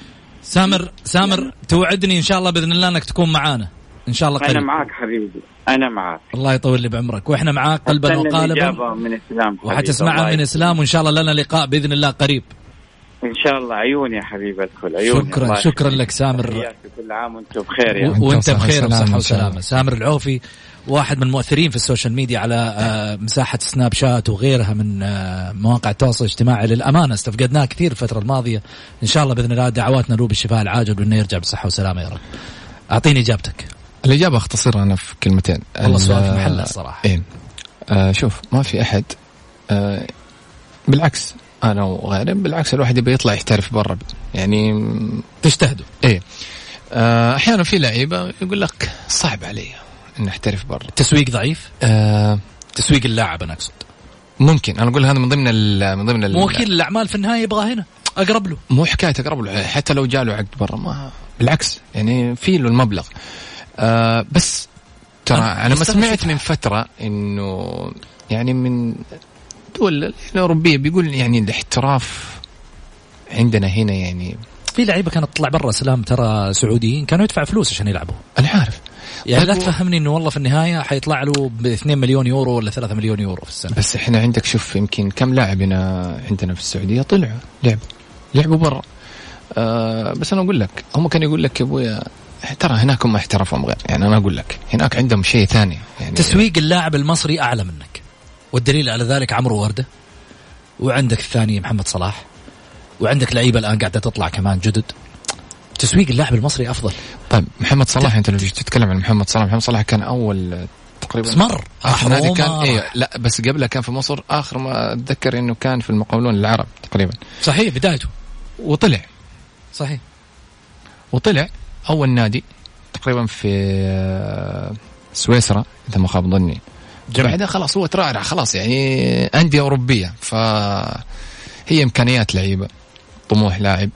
سامر سامر توعدني إن شاء الله بإذن الله أنك تكون معانا إن شاء الله قريب. أنا معك حبيبي أنا معك. الله يطول لي بعمرك وإحنا معاك قلبا وقالبا. من إسلام وحتسمعها من إسلام وإن شاء الله لنا لقاء بإذن الله قريب إن شاء الله. عيوني يا حبيبي الكل عيوني. شكرا شكرا لك سامر. كل عام وأنتم بخير يا و... وأنت بخير وصحة وسلامة. سامر العوفي واحد من المؤثرين في السوشيال ميديا على مساحة سناب شات وغيرها من مواقع التواصل الاجتماعي. للأمانة استفقدناه كثير الفترة الماضية. إن شاء الله بإذن الله دعواتنا له بالشفاء العاجل وإنه يرجع بصحة وسلامة يا رب. أعطيني إجابتك. الإجابة اختصرها أنا في كلمتين. والله سؤال في محله الصراحة. إيه آه شوف ما في أحد آه بالعكس أنا وغيري بالعكس الواحد يبي يطلع يحترف برا يعني تجتهدوا. إيه آه أحيانا في لعيبة يقول لك صعب علي إن أحترف برا. تسويق ضعيف. آه تسويق اللاعب أنا أقصد. ممكن أنا أقول هذا من ضمن ال من ضمن مو وكيل الأعمال في النهاية يبغى هنا أقرب له. مو حكاية أقرب له حتى لو جاله عقد برا ما بالعكس يعني في له المبلغ. آه بس ترى أنا, أنا ما سمعت من فترة إنه يعني من دول الأوروبية بيقول يعني الاحتراف عندنا هنا يعني في لعيبة كانت تطلع برا سلام ترى سعوديين كانوا يدفع فلوس عشان يلعبوا. أنا عارف يعني لا تفهمني إنه والله في النهاية حيطلع له باثنين مليون يورو ولا ثلاثة مليون يورو في السنة. بس إحنا عندك شوف يمكن كم لاعب هنا عندنا في السعودية طلعوا لعبوا لعبوا برا. آه بس أنا أقول لك هم كانوا يقول لك يا أبويا ترى هناك هم احترافهم غير يعني أنا أقول لك هناك عندهم شيء ثاني يعني تسويق اللاعب المصري أعلى منك والدليل على ذلك عمرو وردة وعندك الثاني محمد صلاح وعندك لعيبة الآن قاعدة تطلع كمان جدد. تسويق اللاعب المصري أفضل. طيب محمد صلاح أنت لو تتكلم عن محمد صلاح محمد صلاح كان أول تقريبا مر آخر نادي كان إيه لا بس قبله كان في مصر آخر ما أتذكر إنه كان في المقاولون العرب تقريبا. صحيح بدايته وطلع صحيح وطلع أول نادي تقريبا في سويسرا إذا ما خاب ظني. بعدها خلاص هو ترعرع خلاص يعني أندية أوروبية فهي إمكانيات لعيبة طموح لاعب.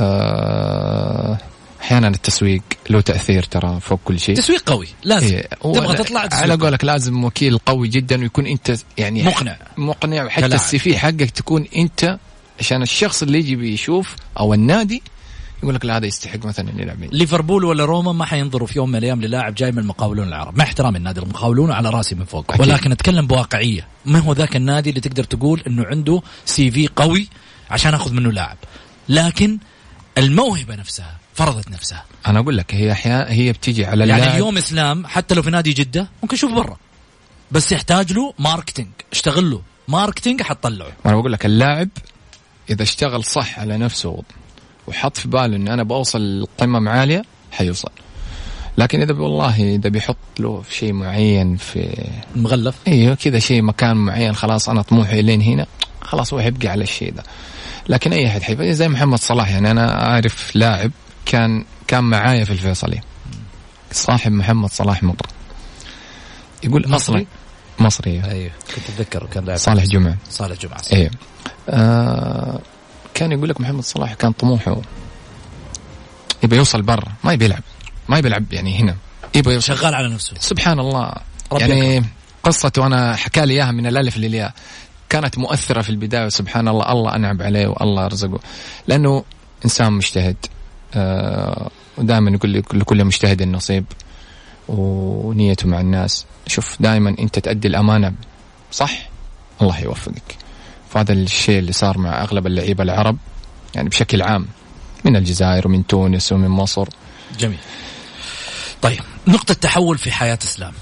أحيانا التسويق له تأثير ترى فوق كل شيء. تسويق قوي لازم إيه تبغى تطلع على قولك لازم وكيل قوي جدا ويكون أنت يعني مقنع مقنع وحتى السي في حقك تكون أنت عشان الشخص اللي يجي بيشوف أو النادي يقول لك لا هذا يستحق مثلا يلعب. ليفربول ولا روما ما حينظروا في يوم من الايام للاعب جاي من المقاولون العرب مع احترام النادي المقاولون على راسي من فوق أكيد. ولكن اتكلم بواقعيه ما هو ذاك النادي اللي تقدر تقول انه عنده سي في قوي عشان اخذ منه لاعب لكن الموهبه نفسها فرضت نفسها. انا اقول لك هي احيانا هي بتيجي على يعني اللاعب. اليوم اسلام حتى لو في نادي جده ممكن يشوف برا بس يحتاج له ماركتينج اشتغل له ماركتينج حتطلعه. وانا بقول لك اللاعب اذا اشتغل صح على نفسه وحط في باله ان انا بوصل قمم عاليه حيوصل. لكن اذا والله اذا بيحط له في شيء معين في مغلف ايوه كذا شيء مكان معين خلاص انا طموحي لين هنا خلاص هو حيبقى على الشيء ده. لكن اي احد حيفوز زي محمد صلاح. يعني انا اعرف لاعب كان كان معايا في الفيصلي صاحب محمد صلاح مطر يقول مصري مصري ايوه كنت اتذكر كان لاعب صالح جمعة صالح جمعة ايوه آه كان يقول لك محمد صلاح كان طموحه يبي يوصل برا ما يبي يلعب ما يبي يلعب يعني هنا يبي يوصل شغال على نفسه سبحان الله. يعني قصته أنا حكى لي إياها من الألف للياء كانت مؤثرة في البداية. سبحان الله الله أنعم عليه والله رزقه لأنه إنسان مجتهد آه ودائما يقول لي لكل مجتهد النصيب ونيته مع الناس. شوف دائما أنت تأدي الأمانة صح الله يوفقك. فهذا الشيء اللي صار مع أغلب اللعيبة العرب يعني بشكل عام من الجزائر ومن تونس ومن مصر. جميل. طيب نقطة تحول في حياة إسلام.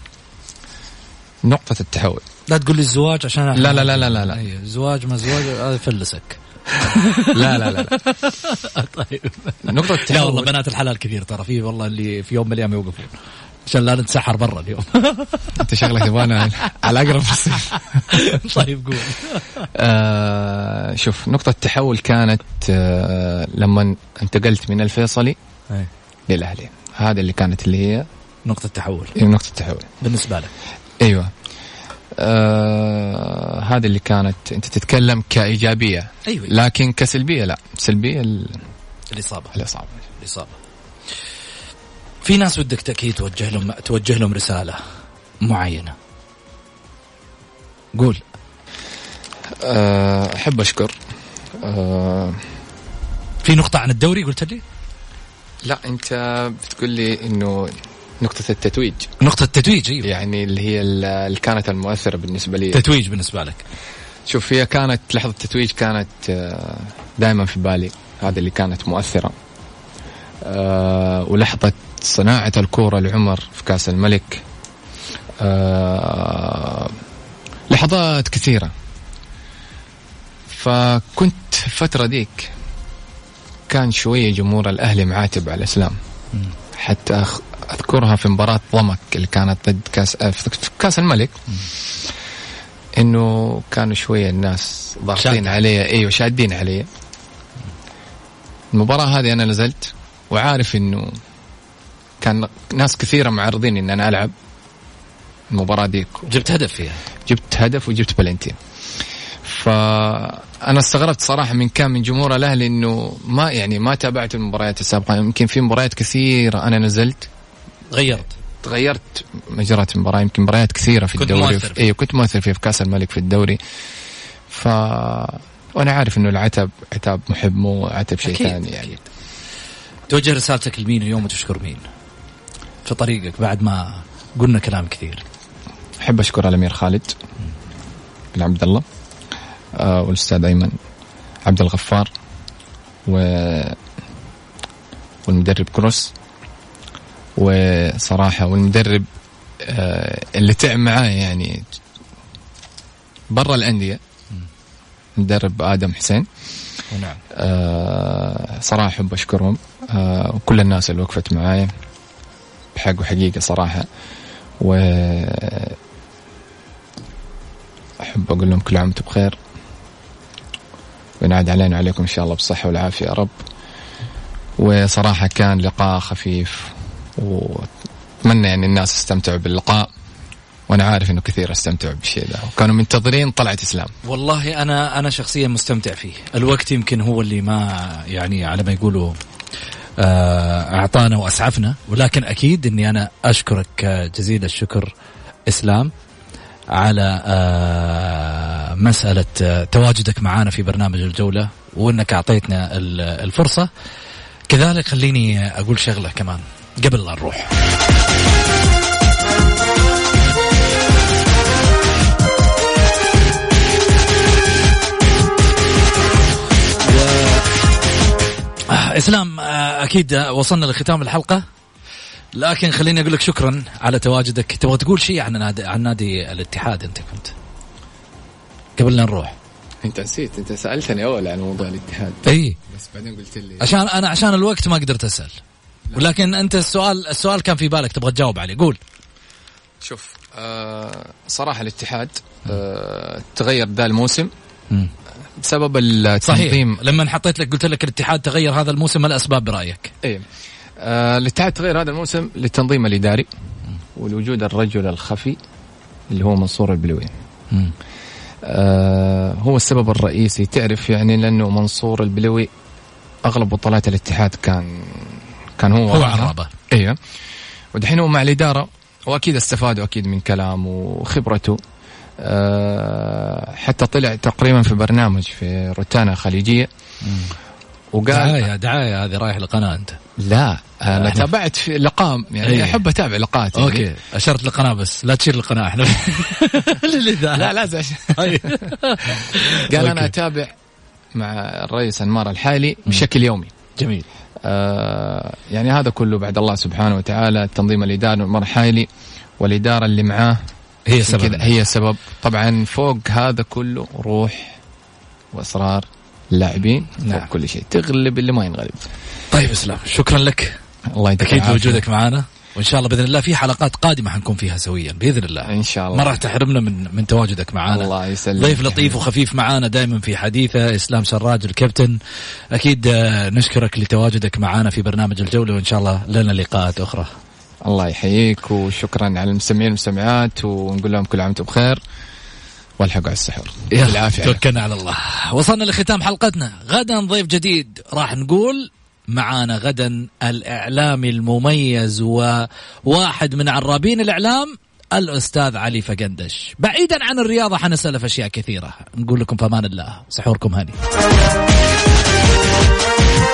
نقطة التحول لا تقول لي الزواج عشان لا لا لا لا لا, لا. أيه. زواج ما زواج هذا فلسك. لا لا لا, لا. طيب نقطة التحول لا والله بنات الحلال كثير ترى في والله اللي في يوم من الأيام يوقفون عشان لا نتسحر برا اليوم. أنت شغلك تبغانا على أقرب فرصة. طيب قول. آه شوف نقطة التحول كانت آه لما انتقلت من الفيصلي أيه. للأهلي. هذا اللي كانت اللي هي نقطة التحول. إيه نقطة التحول بالنسبة لك. أيوة آه هذا اللي كانت أنت تتكلم كإيجابية. أيوة. لكن كسلبية لا سلبية ال... الإصابة. الإصابة. الإصابة. في ناس ودك تأكيد توجه لهم توجه لهم رسالة معينة. قول. أه أحب أشكر. أه في نقطة عن الدوري قلت لي. لا أنت بتقول لي إنه نقطة التتويج. نقطة التتويج أيوة. يعني اللي هي اللي كانت المؤثرة بالنسبة لي. تتويج بالنسبة لك. شوف هي كانت لحظة التتويج كانت دائما في بالي. هذا اللي كانت مؤثرة. أه ولحظة صناعة الكورة لعمر في كأس الملك. أه لحظات كثيرة. فكنت الفترة ديك كان شوية جمهور الأهلي معاتب على الإسلام. حتى أذكرها في مباراة ضمك اللي كانت ضد كاس في كاس الملك م. إنه كانوا شوية الناس ضاغطين عليه أيوة شادين عليه. المباراة هذه أنا نزلت وعارف إنه كان ناس كثيرة معارضين إن أنا ألعب المباراة ديك. جبت هدف فيها. جبت هدف وجبت بلنتين. فأنا استغربت صراحة من كان من جمهور الأهلي إنه ما يعني ما تابعت المباريات السابقة. يمكن في مباريات كثيرة أنا نزلت غيرت تغيرت مجرات المباراة. يمكن مباريات كثيرة في الدوري في أيوة كنت مؤثر فيه في كأس الملك في الدوري. ف وأنا عارف إنه العتب عتاب محب مو عتب شيء ثاني يعني. أكيد. توجه رسالتك لمين اليوم وتشكر مين في طريقك بعد ما قلنا كلام كثير؟ أحب أشكر الأمير خالد بن عبد الله آه والأستاذ أيمن عبد الغفار و... والمدرب كروس. وصراحة والمدرب آه اللي تعب معاه يعني برا الأندية مدرب آدم حسين. نعم. آه صراحة أحب أشكرهم آه وكل الناس اللي وقفت معايا بحق وحقيقة صراحة. وأحب أقول لهم كل عام وأنتم بخير وينعاد علينا وعليكم إن شاء الله بالصحة والعافية يا رب. وصراحة كان لقاء خفيف وأتمنى يعني الناس استمتعوا باللقاء. وأنا عارف إنه كثير استمتعوا بالشيء ده وكانوا منتظرين طلعة إسلام. والله أنا أنا شخصيا مستمتع فيه. الوقت يمكن هو اللي ما يعني على ما يقولوا أعطانا وأسعفنا. ولكن أكيد إني أنا أشكرك جزيل الشكر إسلام على مسألة تواجدك معنا في برنامج الجولة وإنك أعطيتنا الفرصة. كذلك خليني أقول شغلة كمان قبل لا نروح. إسلام أكيد وصلنا لختام الحلقة لكن خليني أقول لك شكرا على تواجدك. تبغى تقول شيء عن نادي عن نادي الاتحاد؟ أنت كنت قبل لا نروح. انت نسيت، انت سالتني اول عن موضوع الاتحاد اي بس بعدين قلت لي عشان انا عشان الوقت ما قدرت اسال. لا. ولكن انت السؤال السؤال كان في بالك تبغى تجاوب عليه. قول. شوف آه صراحه الاتحاد آه تغير ذا الموسم م. بسبب التنظيم. صحيح. لما حطيت لك قلت لك الاتحاد تغير هذا الموسم، ما الاسباب برايك؟ ايه آه الاتحاد تغير هذا الموسم للتنظيم الاداري والوجود الرجل الخفي اللي هو منصور البلوي. م. آه هو السبب الرئيسي. تعرف يعني لأنه منصور البلوي أغلب بطولات الاتحاد كان كان هو هو عرابة. ايوه. ودحين هو مع الإدارة وأكيد استفادوا أكيد من كلامه وخبرته. آه حتى طلع تقريبا في برنامج في روتانا خليجية وقال دعاية دعاية هذه رايح لقناة أنت. لا أنا تابعت في لقام يعني أيه. أحب أتابع لقاءات يعني. أوكي أشرت لقناة بس لا تشير القناة إحنا. لا لازم. قال أنا أتابع مع الرئيس أنمار الحالي بشكل يومي. جميل. آه يعني هذا كله بعد الله سبحانه وتعالى. التنظيم الإداري أنمار الحالي والإدارة اللي معاه هي سبب. هي سبب طبعا. فوق هذا كله روح وإصرار اللاعبين. نعم. كل شيء تغلب اللي ما ينغلب. طيب اسلام شكرا لك. الله يديك أكيد وجودك معنا وإن شاء الله بإذن الله في حلقات قادمة حنكون فيها سويا بإذن الله. إن شاء الله. ما راح تحرمنا من من تواجدك معنا. الله يسلمك. ضيف لطيف وخفيف معنا دائما في حديثه إسلام سراج الكابتن. أكيد نشكرك لتواجدك معنا في برنامج الجولة وإن شاء الله لنا لقاءات أخرى. الله يحييك وشكرا على المستمعين والمستمعات ونقول لهم كل عام وانتم بخير والحقوا على السحور بالعافية. توكلنا على الله. وصلنا لختام حلقتنا. غدا ضيف جديد راح نقول معانا غدا الإعلامي المميز وواحد من عرابين الإعلام الأستاذ علي فقندش. بعيدا عن الرياضة حنسأل في أشياء كثيرة. نقول لكم في أمان الله. سحوركم هني.